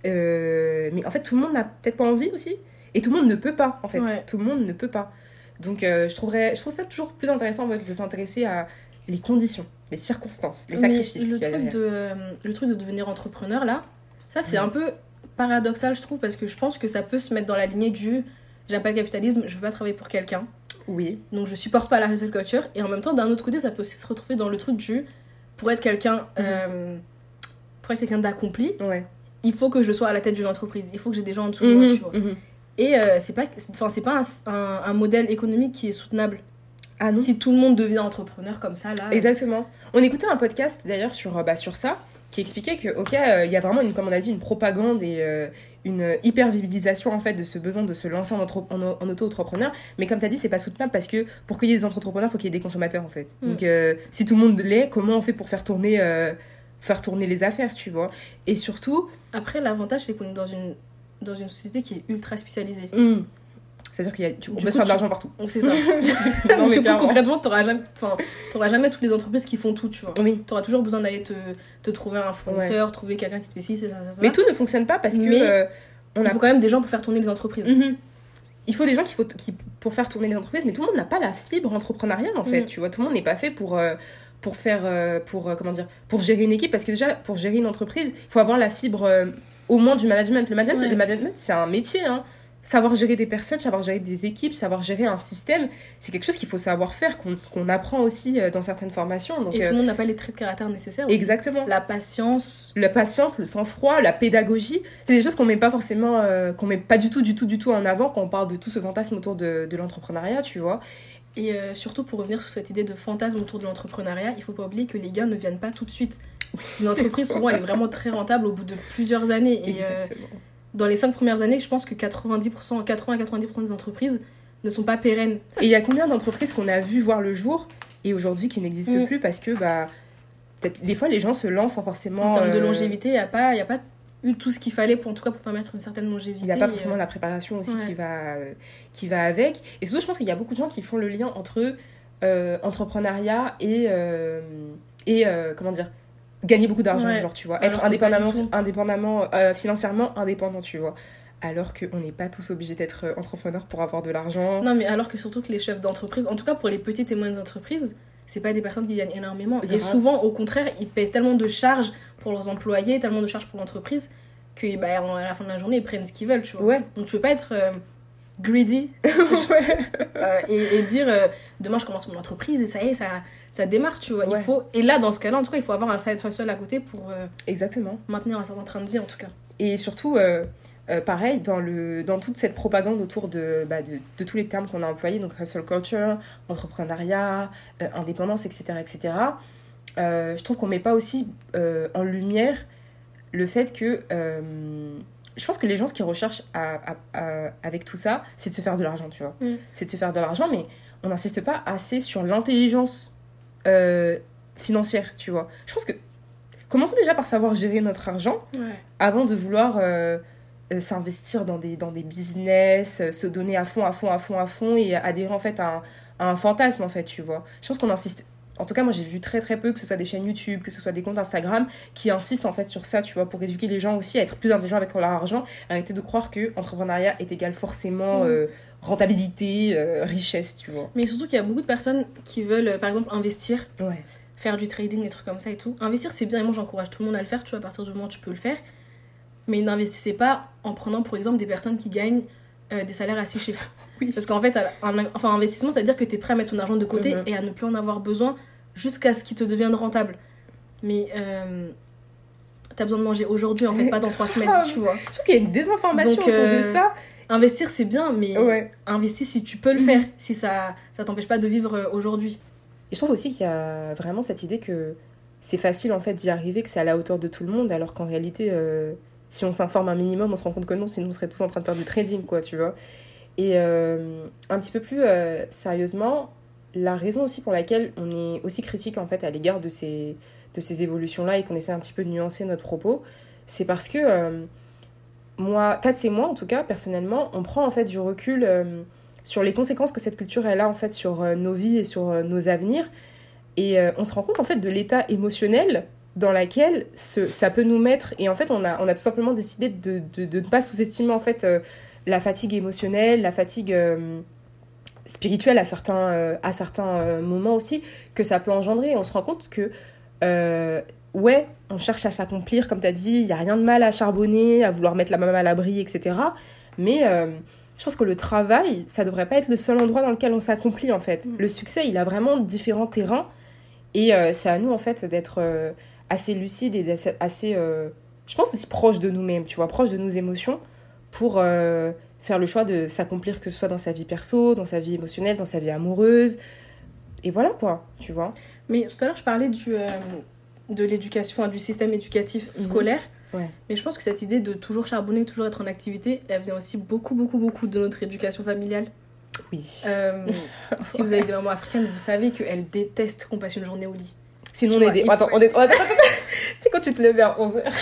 Euh, mais en fait, tout le monde n'a peut-être pas envie aussi, et tout le monde ne peut pas, en fait. Ouais. Tout le monde ne peut pas. Donc euh, je, trouverais, je trouve ça toujours plus intéressant en fait, de s'intéresser à les conditions, les circonstances, les sacrifices. Le truc, de, euh, le truc de devenir entrepreneur, là, ça c'est mmh. un peu paradoxal, je trouve, parce que je pense que ça peut se mettre dans la lignée du... J'aime pas le capitalisme, je veux pas travailler pour quelqu'un. Oui. Donc je supporte pas la hustle culture. Et en même temps, d'un autre côté, ça peut aussi se retrouver dans le truc du... Pour être quelqu'un... Mmh. Euh, pour être quelqu'un d'accompli, ouais. il faut que je sois à la tête d'une entreprise. Il faut que j'ai des gens en dessous de moi, mmh, tu vois. Mmh. Et euh, c'est pas, enfin, c'est pas un, un, un modèle économique qui est soutenable. Ah non. Si tout le monde devient entrepreneur comme ça, là... Exactement. On écoutait un podcast, d'ailleurs, sur, bah, sur ça, qui expliquait que, ok, il euh, y a vraiment, une, comme on a dit, une propagande et... Euh, une hyper-visibilisation en fait de ce besoin de se lancer en, entre- en, en auto-entrepreneur, mais comme tu as dit, c'est pas soutenable parce que pour qu'il y ait des entrepreneurs, il faut qu'il y ait des consommateurs en fait. Mm. Donc euh, si tout le monde l'est, comment on fait pour faire tourner, euh, faire tourner les affaires, tu vois. Et surtout... Après, l'avantage, c'est qu'on est dans une, dans une société qui est ultra spécialisée. Mm. C'est-à-dire qu'il y a, tu, on peut se faire de l'argent partout. C'est ça. Non, mais du coup, concrètement, tu n'auras jamais, jamais toutes les entreprises qui font tout, tu vois. Oui. Tu auras toujours besoin d'aller te, te trouver un fournisseur, ouais. trouver quelqu'un qui te fait ci, c'est ça, ça, ça. Mais tout ne fonctionne pas parce que... Mais euh, on il a... faut quand même des gens pour faire tourner les entreprises. Mm-hmm. Il faut des gens qui faut, qui, pour faire tourner les entreprises, mais tout le monde n'a pas la fibre entrepreneuriale, en fait. Mm. Tu vois, tout le monde n'est pas fait pour... Euh, pour faire... Euh, pour, euh, comment dire, pour gérer une équipe. Parce que déjà, pour gérer une entreprise, il faut avoir la fibre euh, au moins du management. Le management, ouais. le management c'est un métier, hein. Savoir gérer des personnes, savoir gérer des équipes, savoir gérer un système, c'est quelque chose qu'il faut savoir faire, qu'on, qu'on apprend aussi dans certaines formations. Donc, et euh... tout le monde n'a pas les traits de caractère nécessaires aussi. Exactement. La patience. La patience, le sang-froid, la pédagogie, c'est des choses qu'on met pas forcément, euh, qu'on met pas du tout, du tout, du tout en avant quand on parle de tout ce fantasme autour de, de l'entrepreneuriat, tu vois. Et euh, surtout, pour revenir sur cette idée de fantasme autour de l'entrepreneuriat, il faut pas oublier que les gains ne viennent pas tout de suite. Une entreprise, souvent, elle est vraiment très rentable au bout de plusieurs années. Et, exactement. Euh, dans les cinq premières années, je pense que quatre-vingt-dix pour cent, quatre-vingts à quatre-vingt-dix pour cent des entreprises ne sont pas pérennes. Et il y a combien d'entreprises qu'on a vu voir le jour et aujourd'hui qui n'existent mmh. plus parce que bah, peut-être, des fois les gens se lancent sans forcément... En termes de longévité, il n'y a, a pas eu tout ce qu'il fallait pour, en tout cas pour permettre une certaine longévité. Il n'y a pas forcément euh... la préparation aussi ouais. qui, va, euh, qui va avec. Et surtout, je pense qu'il y a beaucoup de gens qui font le lien entre euh, entrepreneuriat et, euh, et euh, comment dire, gagner beaucoup d'argent, ouais. genre, tu vois, être Alors, indépendamment, indépendamment euh, financièrement indépendant, tu vois. alors qu'on n'est pas tous obligés d'être entrepreneurs pour avoir de l'argent. Non, mais alors que surtout que les chefs d'entreprise, en tout cas pour les petites et moyennes entreprises, c'est pas des personnes qui gagnent énormément. Et souvent, au contraire, ils payent tellement de charges pour leurs employés, tellement de charges pour l'entreprise, que bah, à la fin de la journée, ils prennent ce qu'ils veulent, tu vois. Ouais. Donc tu peux pas être euh, greedy euh, et, et dire euh, demain je commence mon entreprise et ça y est, ça, ça démarre, tu vois. Ouais. Il faut... Et là, dans ce cas-là, en tout cas, il faut avoir un side hustle à côté pour euh, Exactement. maintenir un certain train de vie, en tout cas. Et surtout, euh, euh, pareil, dans, le, dans toute cette propagande autour de, bah, de, de tous les termes qu'on a employés, donc hustle culture, entrepreneuriat, euh, indépendance, et cetera, et cetera, euh, je trouve qu'on met pas aussi euh, en lumière le fait que... Euh, je pense que les gens, ce qu'ils recherchent à, à, à, avec tout ça, c'est de se faire de l'argent, tu vois. Mm. C'est de se faire de l'argent, mais on n'insiste pas assez sur l'intelligence euh, financière, tu vois. Je pense que... Commençons déjà par savoir gérer notre argent Ouais. avant de vouloir euh, euh, s'investir dans des, dans des business, euh, se donner à fond, à fond, à fond, à fond et adhérer en fait à un, à un fantasme, en fait, tu vois. Je pense qu'on insiste... En tout cas, moi, j'ai vu très, très peu, que ce soit des chaînes YouTube, que ce soit des comptes Instagram, qui insistent, en fait, sur ça, tu vois, pour éduquer les gens aussi à être plus intelligents avec leur argent. Arrêter de croire que entrepreneuriat est égal forcément euh, rentabilité, euh, richesse, tu vois. Mais surtout qu'il y a beaucoup de personnes qui veulent, euh, par exemple, investir, Ouais. faire du trading, des trucs comme ça et tout. Investir, c'est bien et moi, j'encourage tout le monde à le faire, tu vois, à partir du moment où tu peux le faire. Mais n'investissez pas en prenant, pour exemple, des personnes qui gagnent euh, des salaires à six chiffres. Oui. Parce qu'en fait, un, enfin, investissement, ça veut dire que tu es prêt à mettre ton argent de côté Mm-hmm. et à ne plus en avoir besoin jusqu'à ce qu'il te devienne rentable. Mais euh, t'as besoin de manger aujourd'hui, en fait, pas dans trois semaines, tu vois. Je trouve qu'il y a une désinformation Donc, autour euh, de ça. Investir, c'est bien, mais Ouais. investis si tu peux le Mhm. faire, si ça ça t'empêche pas de vivre euh, aujourd'hui. Et je trouve aussi qu'il y a vraiment cette idée que c'est facile, en fait, d'y arriver, que c'est à la hauteur de tout le monde, alors qu'en réalité, euh, si on s'informe un minimum, on se rend compte que non, sinon on serait tous en train de faire du trading, quoi, tu vois. Et euh, un petit peu plus euh, sérieusement, la raison aussi pour laquelle on est aussi critique, en fait, à l'égard de ces, de ces évolutions-là et qu'on essaie un petit peu de nuancer notre propos, c'est parce que euh, moi, Tats et moi, en tout cas, personnellement, on prend, en fait, du recul euh, sur les conséquences que cette culture, elle a, en fait, sur euh, nos vies et sur euh, nos avenirs. Et euh, on se rend compte, en fait, de l'état émotionnel dans laquelle ce, ça peut nous mettre. Et en fait, on a, on a tout simplement décidé de, de, de ne pas sous-estimer, en fait, euh, la fatigue émotionnelle, la fatigue euh, spirituelle à certains, euh, à certains euh, moments aussi, que ça peut engendrer. Et on se rend compte que, euh, ouais, on cherche à s'accomplir, comme tu as dit, il n'y a rien de mal à charbonner, à vouloir mettre la maman à l'abri, et cetera. Mais euh, je pense que le travail, ça ne devrait pas être le seul endroit dans lequel on s'accomplit, en fait. Mmh. Le succès, il a vraiment différents terrains. Et euh, c'est à nous, en fait, d'être euh, assez lucide et d'être assez, euh, je pense, aussi proche de nous-mêmes, tu vois, proche de nos émotions, pour euh, faire le choix de s'accomplir, que ce soit dans sa vie perso, dans sa vie émotionnelle, dans sa vie amoureuse. Et voilà, quoi, tu vois. Mais tout à l'heure, je parlais du, euh, de l'éducation, enfin, du système éducatif scolaire. Mmh. Ouais. Mais je pense que cette idée de toujours charbonner, toujours être en activité, elle vient aussi beaucoup, beaucoup, beaucoup de notre éducation familiale. Oui. Euh, si vous avez des mamans africaines, vous savez qu'elles détestent qu'on passe une journée au lit. Sinon, on est des... Attends, on est... Attends, attends, attends. Tu sais, quand tu te lèves vers onze heures.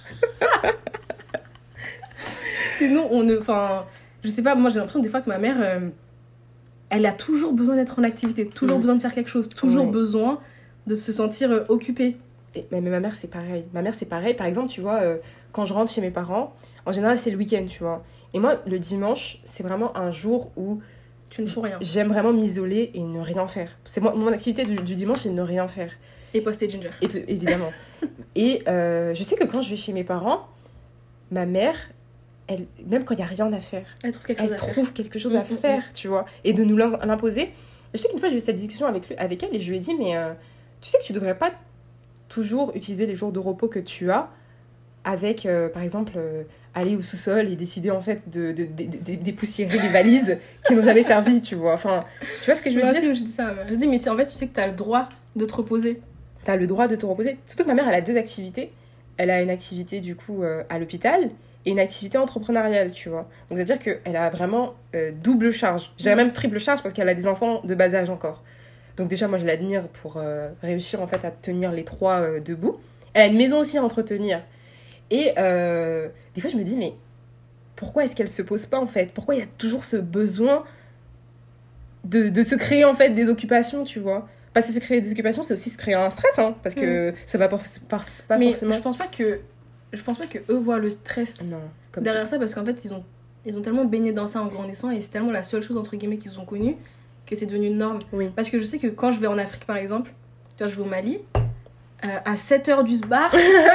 Sinon, on ne... Enfin, je sais pas, moi, j'ai l'impression des fois que ma mère, euh, elle a toujours besoin d'être en activité, toujours mmh. besoin de faire quelque chose, toujours ouais. besoin de se sentir euh, occupée. Et, mais, mais ma mère, c'est pareil. Ma mère, c'est pareil. Par exemple, tu vois, euh, quand je rentre chez mes parents, en général, c'est le week-end, tu vois. Et moi, le dimanche, c'est vraiment un jour où tu ne fais rien. J'aime vraiment m'isoler et ne rien faire. C'est moi, mon activité du, du dimanche, c'est de ne rien faire. Et poster Ginger. Et, évidemment. Et euh, je sais que quand je vais chez mes parents, ma mère, elle, même quand il n'y a rien à faire, elle trouve quelque elle chose, à, trouve faire. Quelque chose à mmh, faire, mmh. tu vois. Et de nous l'imposer. Je sais qu'une fois, j'ai eu cette discussion avec, lui, avec elle et je lui ai dit, mais euh, tu sais que tu ne devrais pas toujours utiliser les jours de repos que tu as avec, euh, par exemple, euh, aller au sous-sol et décider, en fait, de, de, de, de, de dépoussiérer des valises qui n'ont jamais servi, tu vois. Enfin, tu vois ce que je veux Moi dire? aussi, je dis ça. Je dis, mais en fait, tu sais que tu as le droit de te reposer. Tu as le droit de te reposer. Surtout que ma mère, elle a deux activités. Elle a une activité, du coup, euh, à l'hôpital et une activité entrepreneuriale, tu vois. Donc, c'est-à-dire qu'elle a vraiment euh, double charge. Je dirais même triple charge parce qu'elle a des enfants de bas âge encore. Donc, déjà, moi, je l'admire pour euh, réussir, en fait, à tenir les trois euh, debout. Elle a une maison aussi à entretenir. Et euh, des fois, je me dis, mais pourquoi est-ce qu'elle se pose pas, en fait? Pourquoi il y a toujours ce besoin de, de se créer, en fait, des occupations, tu vois? Parce que se créer des occupations, c'est aussi se créer un stress, hein, parce que mmh. ça va pas, pas, pas mais forcément... Mais je pense pas que je pense pas que eux voient le stress Non. Comme derrière ça, parce qu'en fait, ils ont, ils ont tellement baigné dans ça en grandissant, et c'est tellement la seule chose, entre guillemets, qu'ils ont connue, que c'est devenu une norme. Oui. Parce que je sais que quand je vais en Afrique, par exemple, quand je vais au Mali, euh, à sept heures du sbar,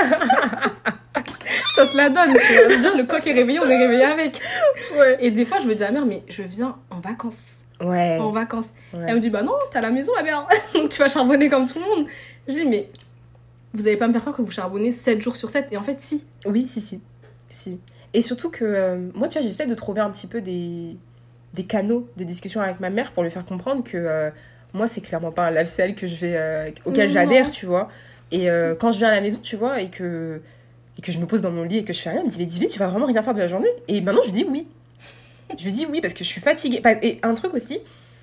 ça se la donne, tu vois. C'est-à-dire, le coq est réveillé, on est réveillé avec. Ouais. Et des fois, je me dis à ma mère, mais je viens en vacances. Ouais. En vacances. Ouais. Elle me dit, bah non, t'as la maison, ma mère. Donc tu vas charbonner comme tout le monde. Je dis, mais vous allez pas me faire croire que vous charbonnez sept jours sur sept. Et en fait, si. Oui, si, si. Si. Et surtout que, euh, moi, tu vois, j'essaie de trouver un petit peu des, des canaux de discussion avec ma mère pour lui faire comprendre que euh, moi, c'est clairement pas un lifestyle que je vais, euh, auquel Non. j'adhère, tu vois. Et euh, quand je viens à la maison, tu vois, et que, et que je me pose dans mon lit et que je fais rien, elle me dit, mais Divine, tu vas vraiment rien faire de la journée? Et maintenant, je dis oui. Je lui dis oui parce que je suis fatiguée. Et un truc aussi,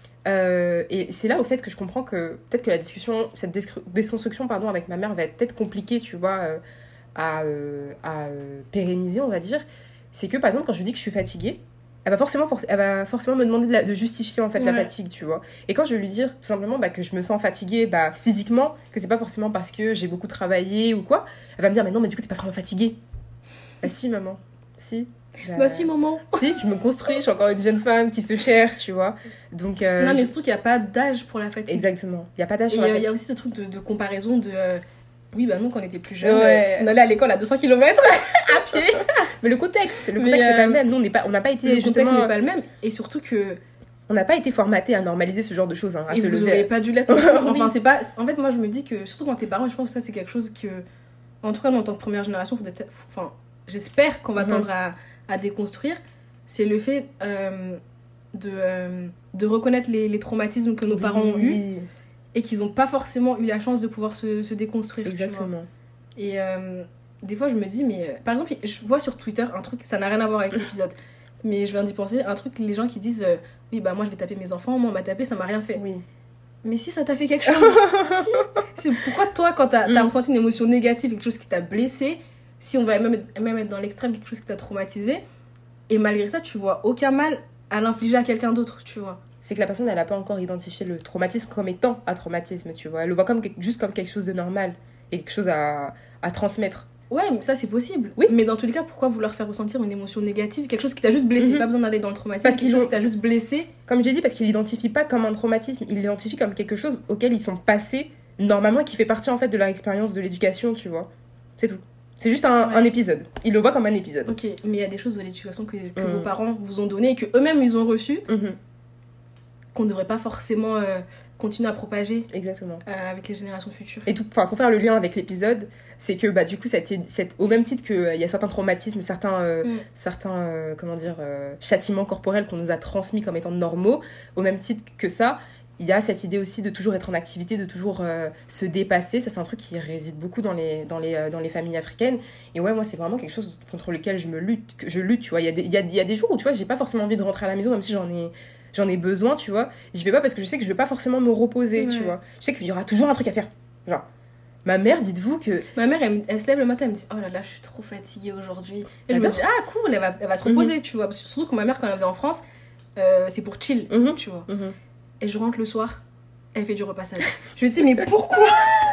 euh, et c'est là au fait que je comprends que peut-être que la discussion, cette descru- déconstruction pardon, avec ma mère va être peut-être compliquée, tu vois, euh, à, euh, à euh, pérenniser, on va dire. C'est que par exemple, quand je lui dis que je suis fatiguée, elle va forcément, for- elle va forcément me demander de, la- de justifier en fait la Ouais. fatigue, tu vois. Et quand je vais lui dire tout simplement bah, que je me sens fatiguée bah, physiquement, que c'est pas forcément parce que j'ai beaucoup travaillé ou quoi, elle va me dire mais non, mais du coup, t'es pas vraiment fatiguée. Bah si, maman, si. Bah, Bah si, maman. si, je me construis, je suis encore une jeune femme qui se cherche, tu vois. Donc, euh, Non, mais je- surtout qu'il n'y a pas d'âge pour la fatigue. exactement. Il n'y a pas d'âge Et sur il la y, a- il y a fatigue. aussi ce truc de, de comparaison de... euh, oui, bah nous, quand on était plus jeunes, Ouais. euh, on allait à l'école à deux cents kilomètres à pied. Mais le contexte, le Mais, contexte n'est euh, pas le même. Nous, on n'est pas, on n'a pas été Le contexte justement, n'est pas le même. Et surtout que... on n'a pas été formaté à normaliser ce genre de choses, hein, à Et se vous lever. n'auriez pas dû l'être. Enfin, Oui. c'est pas... En fait, moi, je me dis que, surtout quand t'es parent, je pense que ça, c'est quelque chose que... En tout cas, en tant que première génération, faudrait peut-être... Enfin, j'espère qu'on va Mhm. tendre à, à déconstruire. C'est le fait euh, de, euh, de reconnaître les, les traumatismes que nos parents ont eus Oui, et qu'ils n'ont pas forcément eu la chance de pouvoir se, se déconstruire. tu vois. exactement. Et euh, des fois, je me dis, mais... euh, par exemple, je vois sur Twitter un truc, ça n'a rien à voir avec l'épisode, mais je viens d'y penser, un truc, les gens qui disent, euh, oui, bah moi, je vais taper mes enfants, moi, on m'a tapé, ça m'a rien fait. Oui. Mais si ça t'a fait quelque chose, si, c'est pourquoi toi, quand t'as, t'as Mm. ressenti une émotion négative, quelque chose qui t'a blessé, si on va même être, même être dans l'extrême, quelque chose qui t'a traumatisé, et malgré ça, tu vois aucun mal à l'infliger à quelqu'un d'autre, tu vois. C'est que la personne, elle n'a pas encore identifié le traumatisme comme étant un traumatisme, tu vois. Elle le voit comme, juste comme quelque chose de normal et quelque chose à, à transmettre. Ouais, mais ça c'est possible. Oui. Mais dans tous les cas, pourquoi vouloir faire ressentir une émotion négative, quelque chose qui t'a juste blessé, Mhm. pas besoin d'aller dans le traumatisme, Parce quelque qu'ils chose ont- qui t'a juste blessé. Comme j'ai dit, parce qu'il l'identifie pas comme un traumatisme, il l'identifie comme quelque chose auquel ils sont passés normalement et qui fait partie en fait de leur expérience de l'éducation, tu vois. C'est tout. C'est juste un, Ouais. un épisode. Il le voit comme un épisode. Ok, mais il y a des choses de l'éducation que, que Mhm. vos parents vous ont données et que eux-mêmes ils ont reçues, Mhm. qu'on ne devrait pas forcément euh, continuer à propager Exactement. euh, avec les générations futures. Et tout, enfin, pour faire le lien avec l'épisode, c'est que bah, du coup, cette, cette, au même titre qu'il y a certains traumatismes, certains, euh, Mm. certains euh, comment dire, euh, châtiments corporels qu'on nous a transmis comme étant normaux, au même titre que ça, il y a cette idée aussi de toujours être en activité, de toujours euh, se dépasser. Ça, c'est un truc qui réside beaucoup dans les, dans les, euh, dans les familles africaines. Et ouais, moi, c'est vraiment quelque chose contre lequel je me lutte, que je lutte, tu vois. Il y a des, il y a, il y a des jours où, tu vois, j'ai pas forcément envie de rentrer à la maison, même si j'en ai... J'en ai besoin, tu vois. J'y vais pas parce que je sais que je vais pas forcément me reposer, tu Ouais. vois. Je sais qu'il y aura toujours un truc à faire. Genre, ma mère, dites-vous que... Ma mère, elle, me- elle se lève le matin, elle me dit oh là là, je suis trop fatiguée aujourd'hui. Et je me J'adore. dis ah cool, elle va, elle va se reposer, tu vois. Surtout que ma mère, quand elle faisait en France, euh, c'est pour chill, Mhm. tu vois. Mhm. Et je rentre le soir, elle fait du repassage. Je lui dis mais pourquoi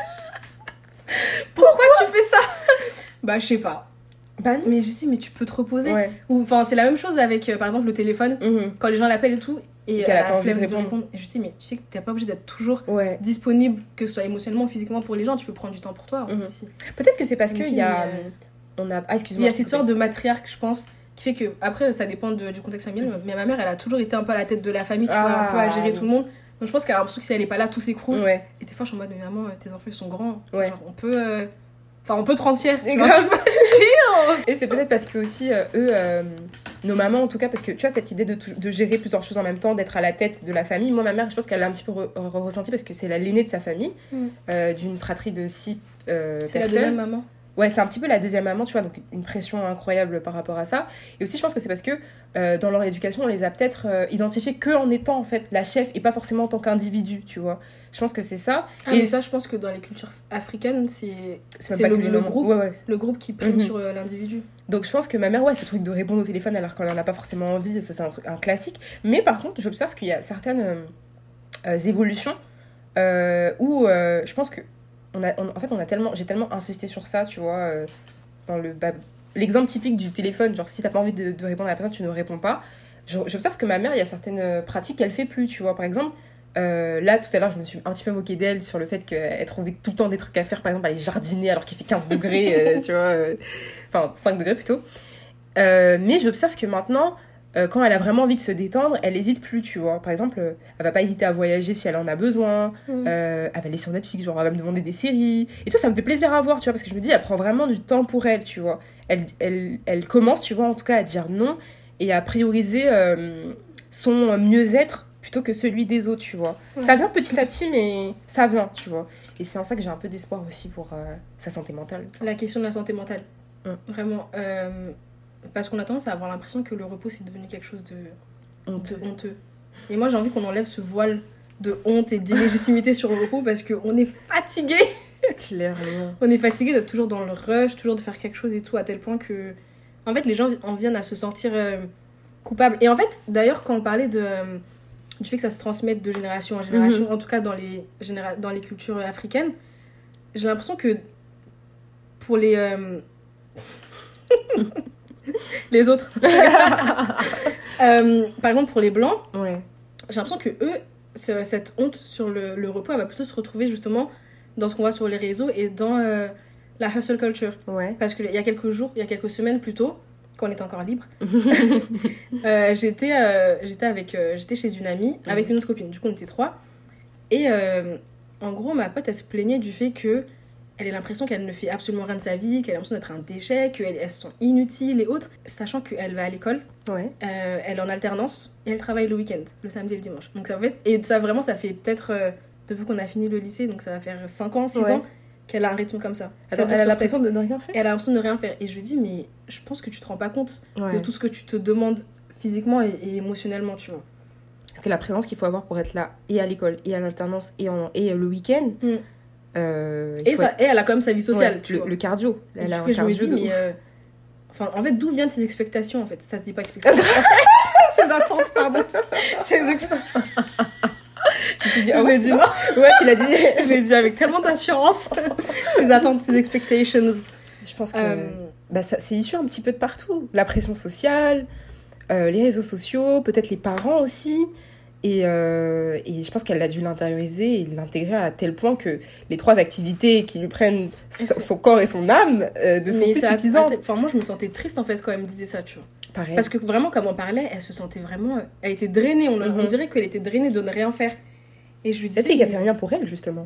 Pourquoi tu fais ça Bah je sais pas. Bah non. Mais j'ai dit mais tu peux te reposer. Ouais. Ou enfin c'est la même chose avec euh, par exemple le téléphone, Mhm. quand les gens l'appellent et tout et Qu'elle elle a a pas la envie de flemme de répondre. répondre. Et je dis mais tu sais que t'es pas obligé d'être toujours Ouais. disponible, que ce soit émotionnellement ou physiquement pour les gens, tu peux prendre du temps pour toi Mhm. aussi. Peut-être que c'est parce Je me qu'il dis, y a... mais, euh, On a... Ah, Il excuse-moi. y a je cette t'ai histoire coupé. de matriarque, je pense, qui fait que, après, ça dépend de- du contexte familial, mais ma mère, elle a toujours été un peu à la tête de la famille, tu vois, un peu à Ah, gérer oui. tout le monde. Donc je pense qu'elle a l'impression que si elle est pas là, tout s'écroule. Ouais. Et des fois, je suis en mode, mais maman, euh, tes enfants, ils sont grands. Ouais. Genre, on peut. euh, Enfin, on peut te rendre fière. tu vois. Grave. Et c'est peut-être parce que aussi, euh, eux, euh, nos mamans en tout cas, parce que tu vois, cette idée de, tou- de gérer plusieurs choses en même temps, d'être à la tête de la famille, moi, ma mère, je pense qu'elle l'a un petit peu re- re- ressenti parce que c'est la l'aînée de sa famille, Mm. euh, d'une fratrie de six euh, C'est la personnes. deuxième maman. Ouais, c'est un petit peu la deuxième maman, tu vois, donc une pression incroyable par rapport à ça. Et aussi, je pense que c'est parce que euh, dans leur éducation, on les a peut-être euh, identifiés que en étant en fait la chef et pas forcément en tant qu'individu, tu vois. Je pense que c'est ça. Ah, et mais ça, je pense que dans les cultures africaines, c'est même c'est pas le, que les le mamans. groupe, Ouais, ouais. le groupe qui prime Mhm. sur euh, l'individu. Donc je pense que ma mère, ouais, ce truc de répondre au téléphone alors qu'elle en a pas forcément envie, ça c'est un truc un classique. Mais par contre, j'observe qu'il y a certaines euh, euh, évolutions euh, où euh, je pense que on a, on- en fait, on a tellement, j'ai tellement insisté sur ça, tu vois. euh, dans le bah, l'exemple typique du téléphone, genre si t'as pas envie de, de répondre à la personne, tu ne réponds pas. J'observe que ma mère, il y a certaines pratiques qu'elle fait plus, tu vois. Par exemple, euh, là, tout à l'heure, je me suis un petit peu moquée d'elle sur le fait qu'elle trouvait tout le temps des trucs à faire. Par exemple, aller jardiner alors qu'il fait quinze degrés, euh, tu vois. Euh, enfin, cinq degrés plutôt. Euh, mais j'observe que maintenant, euh, quand elle a vraiment envie de se détendre, elle hésite plus, tu vois. Par exemple, euh, elle va pas hésiter à voyager si elle en a besoin. Mmh. Euh, elle va aller sur Netflix, genre, elle va me demander des séries. Et tout, ça me fait plaisir à voir, tu vois, parce que je me dis, elle prend vraiment du temps pour elle, tu vois. Elle, elle, elle commence, tu vois, en tout cas, à dire non et à prioriser euh, son mieux-être plutôt que celui des autres, tu vois. Ouais. Ça vient petit à petit, mais ça vient, tu vois. Et c'est en ça que j'ai un peu d'espoir aussi pour euh, sa santé mentale. La question de la santé mentale. Mmh. Vraiment. Euh, parce qu'on a tendance à avoir l'impression que le repos, c'est devenu quelque chose de honteux. de honteux. Et moi, j'ai envie qu'on enlève ce voile de honte et d'illégitimité sur le repos parce qu'on est fatigué. Clairement. On est fatigué d'être toujours dans le rush, toujours de faire quelque chose et tout, à tel point que... En fait, les gens en viennent à se sentir euh, coupables. Et en fait, d'ailleurs, quand on parlait de, euh, du fait que ça se transmette de génération en génération, mm-hmm. en tout cas dans les, généra- dans les cultures africaines, j'ai l'impression que pour les... Euh... les autres. euh, par exemple, pour les Blancs, ouais. j'ai l'impression que eux, cette honte sur le, le repos, elle va plutôt se retrouver justement dans ce qu'on voit sur les réseaux et dans... Euh, la hustle culture. Ouais. Parce qu'il y a quelques jours, il y a quelques semaines plutôt, quand on était encore libre, euh, j'étais, euh, j'étais, avec, euh, j'étais chez une amie, mmh. avec une autre copine. Du coup, on était trois. Et euh, en gros, ma pote, elle se plaignait du fait qu'elle ait l'impression qu'elle ne fait absolument rien de sa vie, qu'elle a l'impression d'être un déchet, qu'elle elle se sent inutile et autres, sachant qu'elle va à l'école, ouais. euh, elle est en alternance et elle travaille le week-end, le samedi et le dimanche. Donc ça fait, et ça, vraiment, ça fait peut-être, euh, depuis qu'on a fini le lycée, donc ça va faire cinq ans, six ouais. ans, qu'elle a un rythme comme ça. Alors, elle a l'impression de ne rien faire. Elle a l'impression de ne rien faire. Et je lui dis, mais je pense que tu te rends pas compte ouais. de tout ce que tu te demandes physiquement et, et émotionnellement, tu vois. Parce que la présence qu'il faut avoir pour être là, et à l'école, et à l'alternance, et, en, et le week-end... Mm. Euh, et, ça, être... et elle a quand même sa vie sociale, ouais, tu le, vois. Le cardio. Et elle a un je cardio me dis, mais... Euh... Enfin, en fait, d'où viennent tes expectations, en fait? Ça se dit pas expectations. Ses attentes, pardon. Ses expectations. Je te dis, ah ouais, dit non. Ouais, tu l'as dit. Je l'ai dit avec tellement d'assurance. Ses attentes, ses expectations. Je pense que euh... bah, ça, c'est issu un petit peu de partout. La pression sociale, euh, les réseaux sociaux, peut-être les parents aussi. Et, euh, et je pense qu'elle a dû l'intérioriser et l'intégrer à tel point que les trois activités qui lui prennent son, son corps et son âme euh, ne sont plus suffisantes. Enfin, moi, je me sentais triste, en fait, quand elle me disait ça, tu vois. Pareil. Parce que vraiment, comme on parlait, elle se sentait vraiment... Elle était drainée. On, mm-hmm. on dirait qu'elle était drainée de ne rien faire. Et je lui disais... Est-ce qu'elle fait rien pour elle, justement?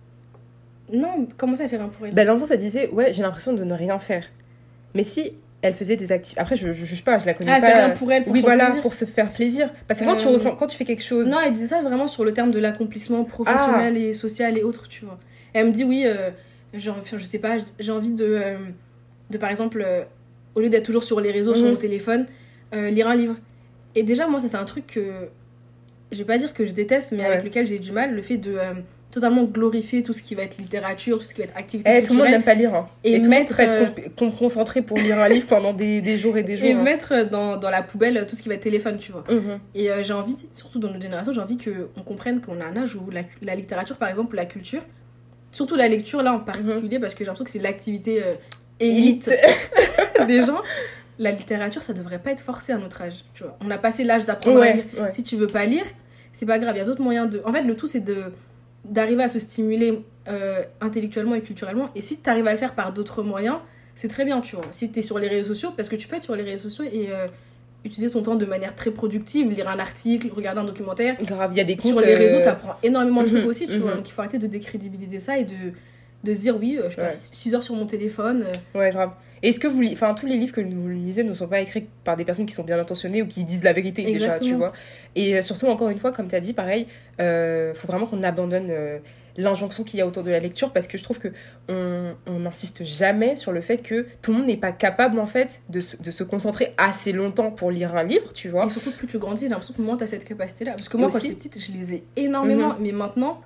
Non, comment ça, elle fait rien pour elle? Bah, dans le sens, elle disait, ouais, j'ai l'impression de ne rien faire. Mais si... elle faisait des activités. Après, je ne juge pas, je la connais ah, pas. Elle fait rien pour elle, pour oui, son voilà, plaisir. Pour se faire plaisir. Parce que quand, euh... tu ressens, quand tu fais quelque chose... Non, elle disait ça vraiment sur le terme de l'accomplissement professionnel ah. et social et autres, tu vois. Et elle me dit, oui, euh, genre, je sais pas, j'ai envie de, euh, de par exemple, euh, au lieu d'être toujours sur les réseaux, mmh. sur mon téléphone, euh, lire un livre. Et déjà, moi, ça, c'est un truc que... Je vais pas dire que je déteste, mais ouais. avec lequel j'ai du mal, le fait de... Euh, totalement glorifier tout ce qui va être littérature, tout ce qui va être activité eh, culturelle. Tout le monde n'aime pas lire. Hein. Et, et tout mettre, le monde peut être con- concentré pour lire un livre pendant des, des jours et des jours. Et hein. mettre dans, dans la poubelle tout ce qui va être téléphone, tu vois. Mm-hmm. Et euh, j'ai envie, surtout dans notre génération, j'ai envie qu'on comprenne qu'on a un âge où la, la littérature, par exemple, la culture, surtout la lecture, là en particulier, mm-hmm. parce que j'ai l'impression que c'est l'activité euh, élite des gens. La littérature, ça devrait pas être forcé à notre âge, tu vois. On a passé l'âge d'apprendre ouais, à lire. Ouais. Si tu veux pas lire, c'est pas grave, il y a d'autres moyens de... En fait, le tout, c'est de... d'arriver à se stimuler euh, intellectuellement et culturellement, et si tu arrives à le faire par d'autres moyens, c'est très bien, tu vois. Si tu es sur les réseaux sociaux, parce que tu peux être sur les réseaux sociaux et euh, utiliser ton temps de manière très productive, lire un article, regarder un documentaire. Grave, il y a des comptes... Sur les réseaux, tu apprends énormément de mm-hmm, trucs aussi, tu mm-hmm. vois. Donc il faut arrêter de décrédibiliser ça et de, de se dire, oui, euh, je passe six ouais. heures sur mon téléphone. Euh... Ouais, grave. Et est-ce que vous... Enfin, tous les livres que vous lisez ne sont pas écrits par des personnes qui sont bien intentionnées ou qui disent la vérité, Exactement. déjà, tu vois. Et surtout, encore une fois, comme tu as dit, pareil, il euh, faut vraiment qu'on abandonne... Euh, l'injonction qu'il y a autour de la lecture, parce que je trouve que on on n'insiste jamais sur le fait que tout le monde n'est pas capable en fait de se, de se concentrer assez longtemps pour lire un livre, tu vois. Et surtout plus tu grandis, j'ai l'impression que moi t'as cette capacité là, parce que moi aussi, quand j'étais petite je lisais énormément, mm-hmm. mais maintenant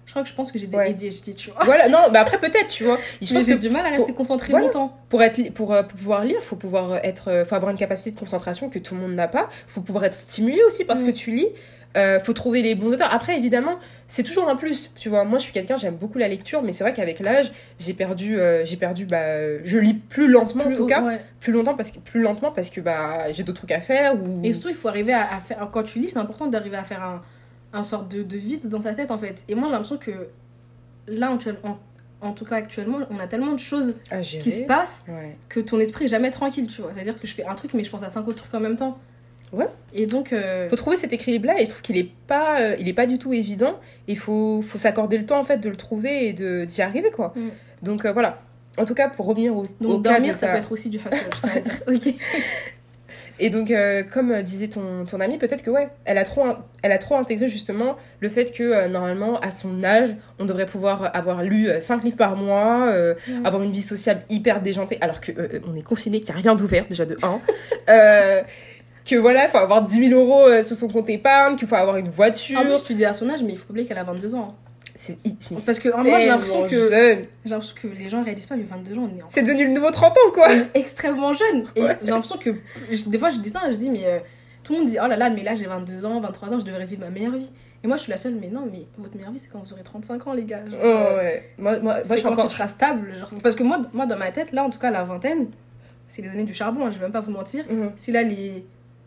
Je crois que je pense que j'ai des Ouais. A D H D, tu vois. Voilà, non, bah après peut-être, tu vois. Je Mais pense j'ai que du mal à rester pour- concentrée voilà. longtemps. pour, être, li- pour, euh, pour pouvoir lire, faut pouvoir être, euh, faut avoir une capacité de concentration que tout le monde n'a pas. Faut pouvoir être stimulé aussi parce Mm. que tu lis. Euh, faut trouver les bons auteurs. Après, évidemment, c'est toujours un plus. Tu vois, moi, je suis quelqu'un, j'aime beaucoup la lecture, mais c'est vrai qu'avec l'âge, j'ai perdu, euh, j'ai perdu, bah, euh, je lis plus lentement Plus en tout haut, cas, ouais. plus longtemps parce que plus lentement parce que bah j'ai d'autres trucs à faire ou. Et surtout, il faut arriver à, à faire. Quand tu lis, c'est important d'arriver à faire un, un sorte de, de vide dans sa tête, en fait. Et moi, j'ai l'impression que là, actuellement, en, en tout cas, actuellement, on a tellement de choses à gérer. qui se passent Ouais. que ton esprit est jamais tranquille, tu vois. C'est-à-dire que je fais un truc, mais je pense à cinq autres trucs en même temps. Ouais. Et donc. euh, Faut trouver cet équilibre-là et je trouve qu'il est pas, euh, il est pas du tout évident. Il faut, faut s'accorder le temps en fait de le trouver et de d'y arriver quoi. Mm. Donc euh, voilà. En tout cas, pour revenir au, Donc, au cas dormir, de ça ta- peut être aussi du hustle, je tiens à dire. Ok. Et donc, euh, comme euh, disait ton, ton amie, peut-être que ouais, elle a trop, in- elle a trop intégré justement le fait que euh, normalement, à son âge, on devrait pouvoir avoir lu cinq livres par mois, euh, Mm. avoir une vie sociale hyper déjantée, alors que euh, on est confiné, qu'il n'y a rien d'ouvert déjà de un. euh, que voilà, il faut avoir dix mille euros euh, sur son compte épargne, qu'il faut avoir une voiture. En plus, tu dis à son âge, mais il faut oublier qu'elle a vingt-deux ans. C'est Parce que moi, j'ai l'impression que, jeune. j'ai l'impression que les gens réalisent pas, mais vingt-deux ans, on est, en- C'est devenu le nouveau trente ans quoi. on est extrêmement jeune. Et Ouais. j'ai l'impression que, je- des fois, je dis ça, je dis, mais euh, tout le monde dit, oh là là, mais là, j'ai vingt-deux ans, vingt-trois ans, je devrais vivre ma meilleure vie. Et moi, je suis la seule, mais non, mais votre meilleure vie, c'est quand vous aurez trente-cinq ans, les gars. Genre, Oh, euh, ouais. Moi, moi, moi, je c'est suis quand encore. tu seras stable. Genre, parce que moi, moi, dans ma tête, là, en tout cas, la vingtaine, c'est les années du charbon, hein, je vais même pas vous mentir. Mhm. Si là, les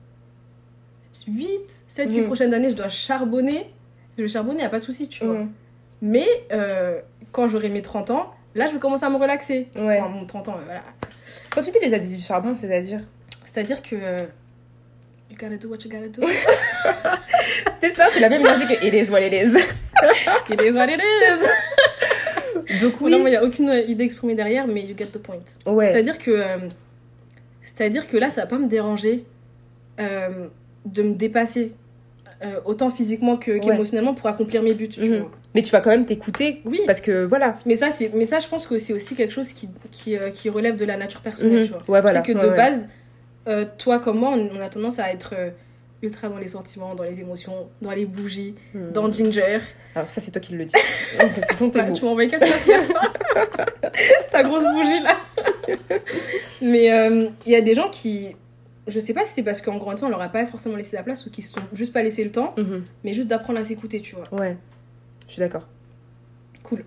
huit, sept, huit Mhm. prochaines années, je dois charbonner, je vais charbonner, y a pas de souci, tu vois. Mhm. Mais euh, quand j'aurai mes trente ans, là, je vais commencer à me relaxer. Ouais. Enfin, mon trente ans, euh, voilà. Quand tu dis les additifs du charbon, c'est-à-dire. C'est-à-dire que. euh, you gotta do what you gotta do. C'est ça, c'est la même énergie que it is what it is. It is what it is. Donc Oui. Non, il n'y a aucune idée exprimée derrière, mais you get the point. Ouais. C'est-à-dire que. euh, c'est-à-dire que là, ça va pas me déranger euh, de me dépasser. euh, autant physiquement que, qu'émotionnellement pour accomplir mes buts, tu Mhm. vois. Mais tu vas quand même t'écouter. Oui. Parce que voilà. Mais ça, c'est, mais ça, je pense que c'est aussi quelque chose qui, qui, euh, qui relève de la nature personnelle, Mhm. tu vois. Ouais, voilà. C'est que Ouais, de ouais. base, euh, toi comme moi, on, on a tendance à être euh, ultra dans les sentiments, dans les émotions, dans les bougies, Mhm. dans Ginger. Alors ça, c'est toi qui le dis. Ce sont tes Bah, mots. tu m'as envoyé quelqu'un hier soir. Ta grosse bougie, là. Mais euh, il y a des gens qui... Je sais pas si c'est parce qu'en grandissant, on leur a pas forcément laissé la place ou qu'ils se sont juste pas laissé le temps, Mhm. mais juste d'apprendre à s'écouter, tu vois. Ouais. Je suis d'accord. Cool.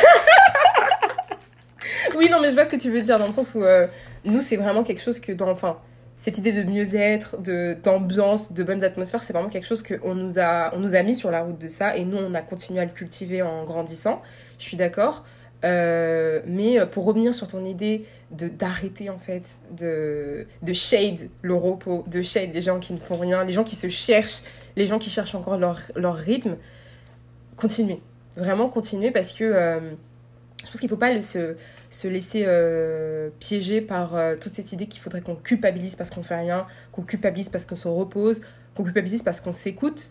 Oui, non, mais je vois ce que tu veux dire dans le sens où euh, nous, c'est vraiment quelque chose que dans. Enfin, cette idée de mieux-être, de, d'ambiance, de bonnes atmosphères, c'est vraiment quelque chose qu'on nous a, on nous a mis sur la route de ça et nous, on a continué à le cultiver en grandissant. Je suis d'accord. Euh, mais pour revenir sur ton idée de, d'arrêter en fait de, de shade le repos, de shade les gens qui ne font rien, les gens qui se cherchent, les gens qui cherchent encore leur, leur rythme, continuez. Vraiment continuez parce que euh, je pense qu'il ne faut pas le, se, se laisser euh, piéger par euh, toute cette idée qu'il faudrait qu'on culpabilise parce qu'on ne fait rien, qu'on culpabilise parce qu'on se repose, qu'on culpabilise parce qu'on s'écoute.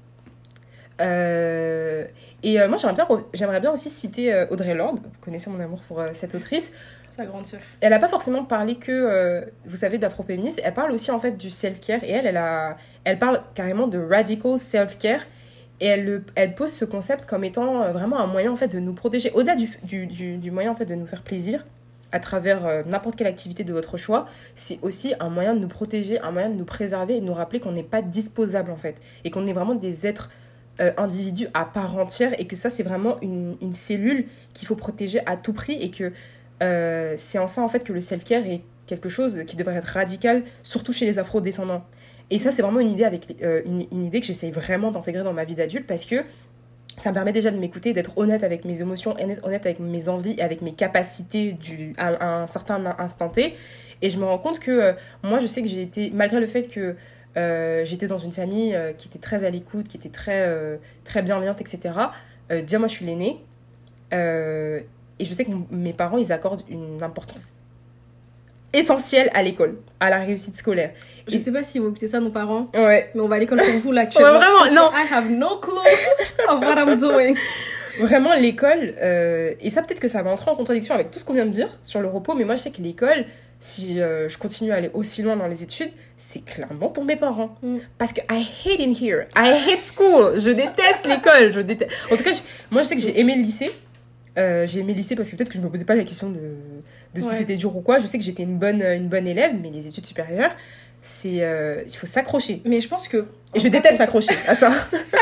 Euh, et euh, moi j'aimerais bien, j'aimerais bien aussi citer euh, Audre Lorde. Vous connaissez mon amour pour euh, cette autrice. Sa grande sœur. Elle n'a pas forcément parlé que euh, vous savez d'afro-féminisme, elle parle aussi en fait du self-care et elle elle, a, elle parle carrément de radical self-care et elle, le- elle pose ce concept comme étant euh, vraiment un moyen en fait de nous protéger au-delà du, du, du, du moyen en fait de nous faire plaisir à travers euh, n'importe quelle activité de votre choix. C'est aussi un moyen de nous protéger, un moyen de nous préserver et de nous rappeler qu'on n'est pas disposable en fait et qu'on est vraiment des êtres Euh, individu à part entière et que ça c'est vraiment une, une cellule qu'il faut protéger à tout prix et que euh, c'est en ça en fait que le self-care est quelque chose qui devrait être radical surtout chez les afro-descendants et ça c'est vraiment une idée, avec, euh, une, une idée que j'essaye vraiment d'intégrer dans ma vie d'adulte parce que ça me permet déjà de m'écouter, d'être honnête avec mes émotions, honnête avec mes envies et avec mes capacités du, à, à un certain instant T et je me rends compte que euh, moi je sais que j'ai été, malgré le fait que Euh, j'étais dans une famille euh, qui était très à l'écoute, qui était très, euh, très bienveillante, et cetera. Euh, déjà, moi, je suis l'aînée. Euh, et je sais que m- mes parents, ils accordent une importance essentielle à l'école, à la réussite scolaire. Je Et- sais pas si vous écoutez ça, nos parents, Ouais. mais on va à l'école pour vous, là, actuellement. Ouais, vraiment, Parce que non. I have no clue of what I'm doing. Vraiment, l'école, euh, et ça, peut-être que ça va entrer en contradiction avec tout ce qu'on vient de dire sur le repos, mais moi, je sais que l'école, si euh, je continue à aller aussi loin dans les études, c'est clairement pour mes parents. Mm. Parce que I hate in here. I hate school. Je déteste l'école. Je déteste... En tout cas, je... moi, je sais que j'ai aimé le lycée. Euh, j'ai aimé le lycée parce que peut-être que je me posais pas la question de, de si ouais. c'était dur ou quoi. Je sais que j'étais une bonne, une bonne élève, mais les études supérieures, c'est, euh, il faut s'accrocher. Mais je pense que... Et je déteste m'accrocher à ça.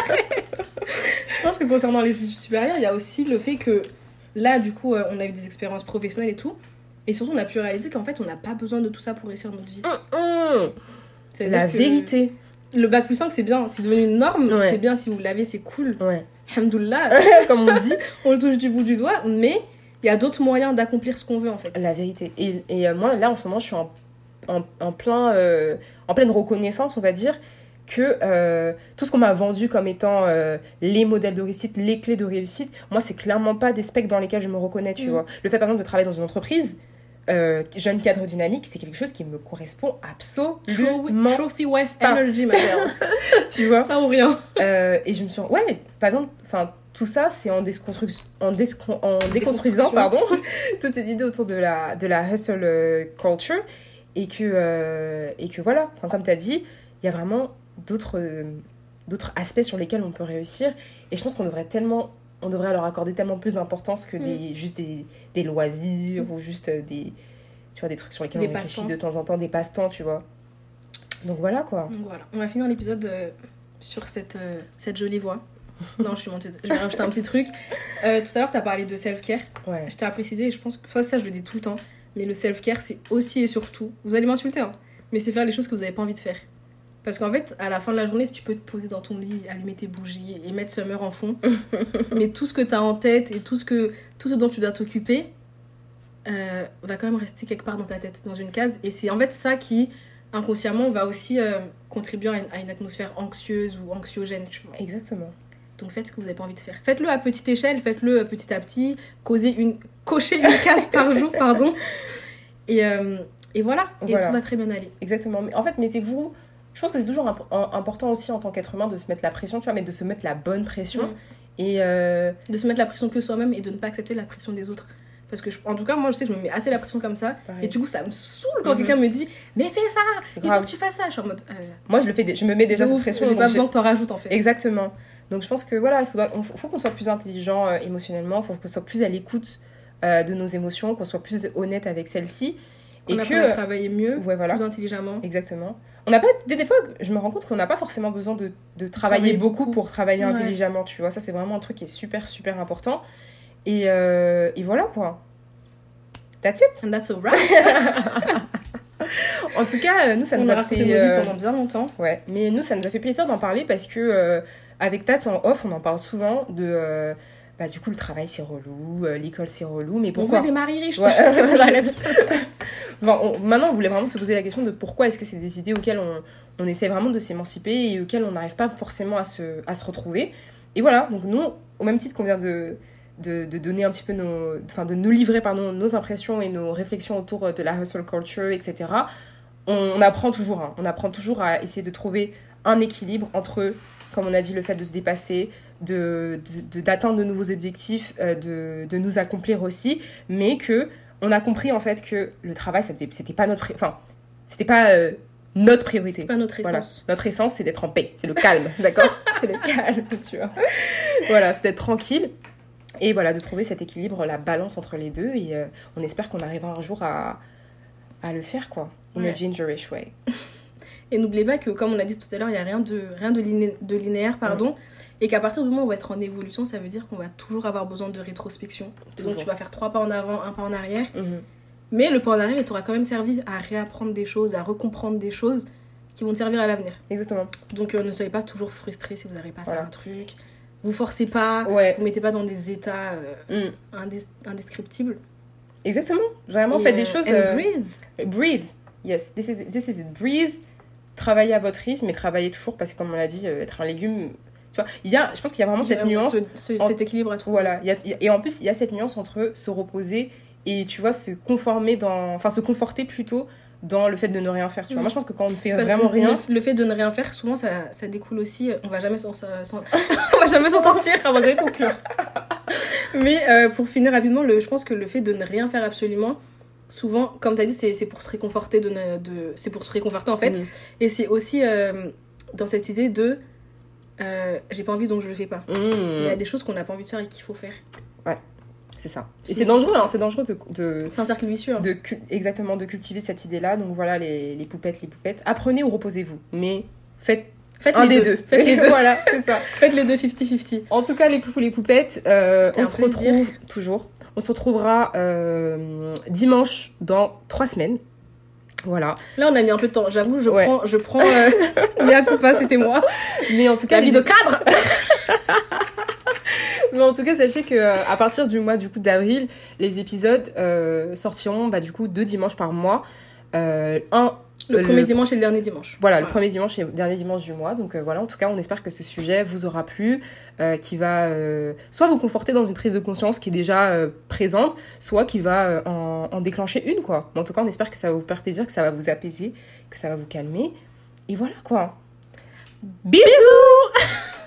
Je pense que concernant les études supérieures, il y a aussi le fait que là, du coup, on a eu des expériences professionnelles et tout. Et surtout, on a pu réaliser qu'en fait, on n'a pas besoin de tout ça pour réussir notre vie. Mmh, mmh. C'est la vérité. Le bac plus cinq, c'est bien. C'est devenu une norme. Ouais. C'est bien si vous l'avez, c'est cool. Ouais. Alhamdoulilah, comme on dit. On le touche du bout du doigt. Mais il y a d'autres moyens d'accomplir ce qu'on veut, en fait. La vérité. Et, et euh, moi, là, en ce moment, je suis en, en, en, plein, euh, en pleine reconnaissance, on va dire, que euh, tout ce qu'on m'a vendu comme étant euh, les modèles de réussite, les clés de réussite, moi, c'est clairement pas des specs dans lesquels je me reconnais, tu mmh. vois. Le fait, par exemple, de travailler dans une entreprise... Euh, jeune cadre dynamique, c'est quelque chose qui me correspond absolument Trophy wife energy, ma girl. Tu vois, ça ou rien. Euh, et je me suis ouais, par exemple, enfin tout ça, c'est en déconstruction, en, descru- en déconstruisant, pardon, toutes ces idées autour de la de la hustle culture, et que euh, et que voilà, enfin, comme tu as dit, il y a vraiment d'autres euh, d'autres aspects sur lesquels on peut réussir, et je pense qu'on devrait tellement on devrait leur accorder tellement plus d'importance que des, mmh. juste des, des loisirs mmh. ou juste des, tu vois, des trucs sur lesquels des on réfléchit de temps en temps, des passe-temps, tu vois. Donc voilà, quoi. Donc voilà, on va finir l'épisode euh, sur cette, euh, cette jolie voix. Non, je suis menteuse. Je vais rajouter un petit truc. Euh, tout à l'heure, tu as parlé de self-care. Ouais. Je t'ai à préciser, et je pense que... Enfin, ça, je le dis tout le temps. Mais le self-care, c'est aussi et surtout... Vous allez m'insulter, hein. Mais c'est faire les choses que vous n'avez pas envie de faire. Parce qu'en fait, à la fin de la journée, si tu peux te poser dans ton lit, allumer tes bougies et mettre Summer en fond, mais tout ce que tu as en tête et tout ce, que, tout ce dont tu dois t'occuper euh, va quand même rester quelque part dans ta tête, dans une case. Et c'est en fait ça qui, inconsciemment, va aussi euh, contribuer à une, à une atmosphère anxieuse ou anxiogène. Tu vois. Exactement. Donc faites ce que vous n'avez pas envie de faire. Faites-le à petite échelle, faites-le petit à petit, causez une, cochez une case par jour, pardon. Et, euh, et voilà, et voilà. Tout va très bien aller. Exactement. Mais en fait, mettez-vous... Je pense que c'est toujours imp- important aussi en tant qu'être humain de se mettre la pression, tu vois, mais de se mettre la bonne pression. Mmh. Et euh... de se mettre la pression que soi-même et de ne pas accepter la pression des autres. Parce que, je, en tout cas, moi, je sais que je me mets assez la pression comme ça. Pareil. Et du coup, ça me saoule quand mmh. quelqu'un me dit « Mais fais ça, il faut que tu fasses ça » Je suis en mode... Euh... Moi, je, le fais, je me mets déjà cette pression. J'ai pas besoin que t'en rajoutes, en fait. Exactement. Donc, je pense que, voilà, il faudra, on, faut qu'on soit plus intelligent euh, émotionnellement, il faut qu'on soit plus à l'écoute euh, de nos émotions, qu'on soit plus honnête avec celles-ci. Et on que à travailler mieux, ouais, voilà. plus intelligemment. Exactement. On n'a pas des, des fois, je me rends compte qu'on n'a pas forcément besoin de, de travailler, travailler beaucoup, beaucoup pour travailler ouais. intelligemment, tu vois. Ça, c'est vraiment un truc qui est super, super important. Et, euh, et voilà, quoi. That's it. And that's all right. En tout cas, nous, ça on nous a, a fait... Euh... pendant bien longtemps. Ouais, mais nous, ça nous a fait plaisir d'en parler parce que, euh, avec Tats en off, on en parle souvent de... Euh, bah, du coup, le travail, c'est relou, euh, l'école, c'est relou, mais pourquoi... On veut des maris riches. Ouais, c'est bon, j'arrête. Bon, on, maintenant, on voulait vraiment se poser la question de pourquoi est-ce que c'est des idées auxquelles on, on essaie vraiment de s'émanciper et auxquelles on n'arrive pas forcément à se, à se retrouver. Et voilà, donc nous, au même titre qu'on vient de, de, de donner un petit peu nos... Enfin, de nous livrer, pardon, nos impressions et nos réflexions autour de la hustle culture, et cetera, on, on apprend toujours, hein, on apprend toujours à essayer de trouver un équilibre entre, comme on a dit, le fait de se dépasser, de, de, d'atteindre de nouveaux objectifs, euh, de, de nous accomplir aussi, mais que on a compris en fait que le travail, ça devait, c'était pas notre, pri- enfin, c'était pas euh, notre priorité. C'est pas notre essence. Voilà. Notre essence, c'est d'être en paix, c'est le calme, d'accord. C'est le calme, tu vois. Voilà, c'est d'être tranquille et voilà, de trouver cet équilibre, la balance entre les deux, et euh, on espère qu'on arrivera un jour à, à le faire, quoi, in ouais. a gingerish way. Et n'oubliez pas que, comme on a dit tout à l'heure, il n'y a rien de, rien de, liné- de linéaire, pardon, mmh. et qu'à partir du moment où on va être en évolution, ça veut dire qu'on va toujours avoir besoin de rétrospection. Toujours. Donc tu vas faire trois pas en avant, un pas en arrière. Mmh. Mais le pas en arrière, il t'aura quand même servi à réapprendre des choses, à recomprendre des choses qui vont te servir à l'avenir. Exactement. Donc euh, ne soyez pas toujours frustrés si vous n'arrivez pas à voilà. faire un truc. Vous forcez pas, ouais. vous mettez pas dans des états euh, mmh. indes- indescriptibles. Exactement. Vraiment, faites euh, des choses... And euh, breathe. Breathe. Yes, this is, this is it. Breathe. Travaillez à votre rythme, mais travaillez toujours, parce que comme on l'a dit, euh, être un légume... Tu vois, il y a, je pense qu'il y a vraiment il y a cette nuance... Ce, ce, en, cet équilibre à trouver. Voilà. Il y a, et en plus, il y a cette nuance entre se reposer et, tu vois, se conformer dans... Enfin, se conforter plutôt dans le fait de ne rien faire, tu vois. Mmh. Moi, je pense que quand on ne fait parce vraiment rien... Le, le fait de ne rien faire, souvent, ça, ça découle aussi... On va jamais s'en, s'en, on va jamais s'en sortir avant de conclure. Mais euh, pour finir rapidement, le, je pense que le fait de ne rien faire absolument, souvent, comme tu as dit, c'est, c'est pour se réconforter, de, de, c'est pour se réconforter en fait. Mmh. Et c'est aussi euh, dans cette idée de euh, j'ai pas envie donc je le fais pas. Mmh. Il y a des choses qu'on n'a pas envie de faire et qu'il faut faire. Ouais. C'est ça. Et c'est, c'est dangereux, hein, c'est dangereux de, de... C'est un cercle vicieux. Hein. De, exactement, de cultiver cette idée-là. Donc voilà, les, les poupettes, les poupettes. Apprenez ou reposez-vous. Mais faites, faites un les des deux. deux. Faites les deux. Voilà, c'est ça. Faites les deux cinquante cinquante. En tout cas, les poupous, les poupettes, euh, on se plaisir. retrouve toujours. On se retrouvera euh, dimanche dans trois semaines. Voilà. Là, on a mis un peu de temps. J'avoue, je ouais. prends... Je prends euh... mais à coup pas, c'était moi. Mais en tout cas... La vie de cadre. Mais en tout cas, sachez que euh, à partir du mois du coup d'avril, les épisodes euh, sortiront bah, du coup deux dimanches par mois. Euh, un le, le premier dimanche et le dernier dimanche. Voilà, voilà. le premier dimanche et le dernier dimanche du mois. Donc euh, voilà, en tout cas, on espère que ce sujet vous aura plu, euh, qui va euh, soit vous conforter dans une prise de conscience qui est déjà euh, présente, soit qui va euh, en, en déclencher une, quoi. Mais en tout cas, on espère que ça va vous faire plaisir, que ça va vous apaiser, que ça va vous calmer. Et voilà, quoi. Bisous.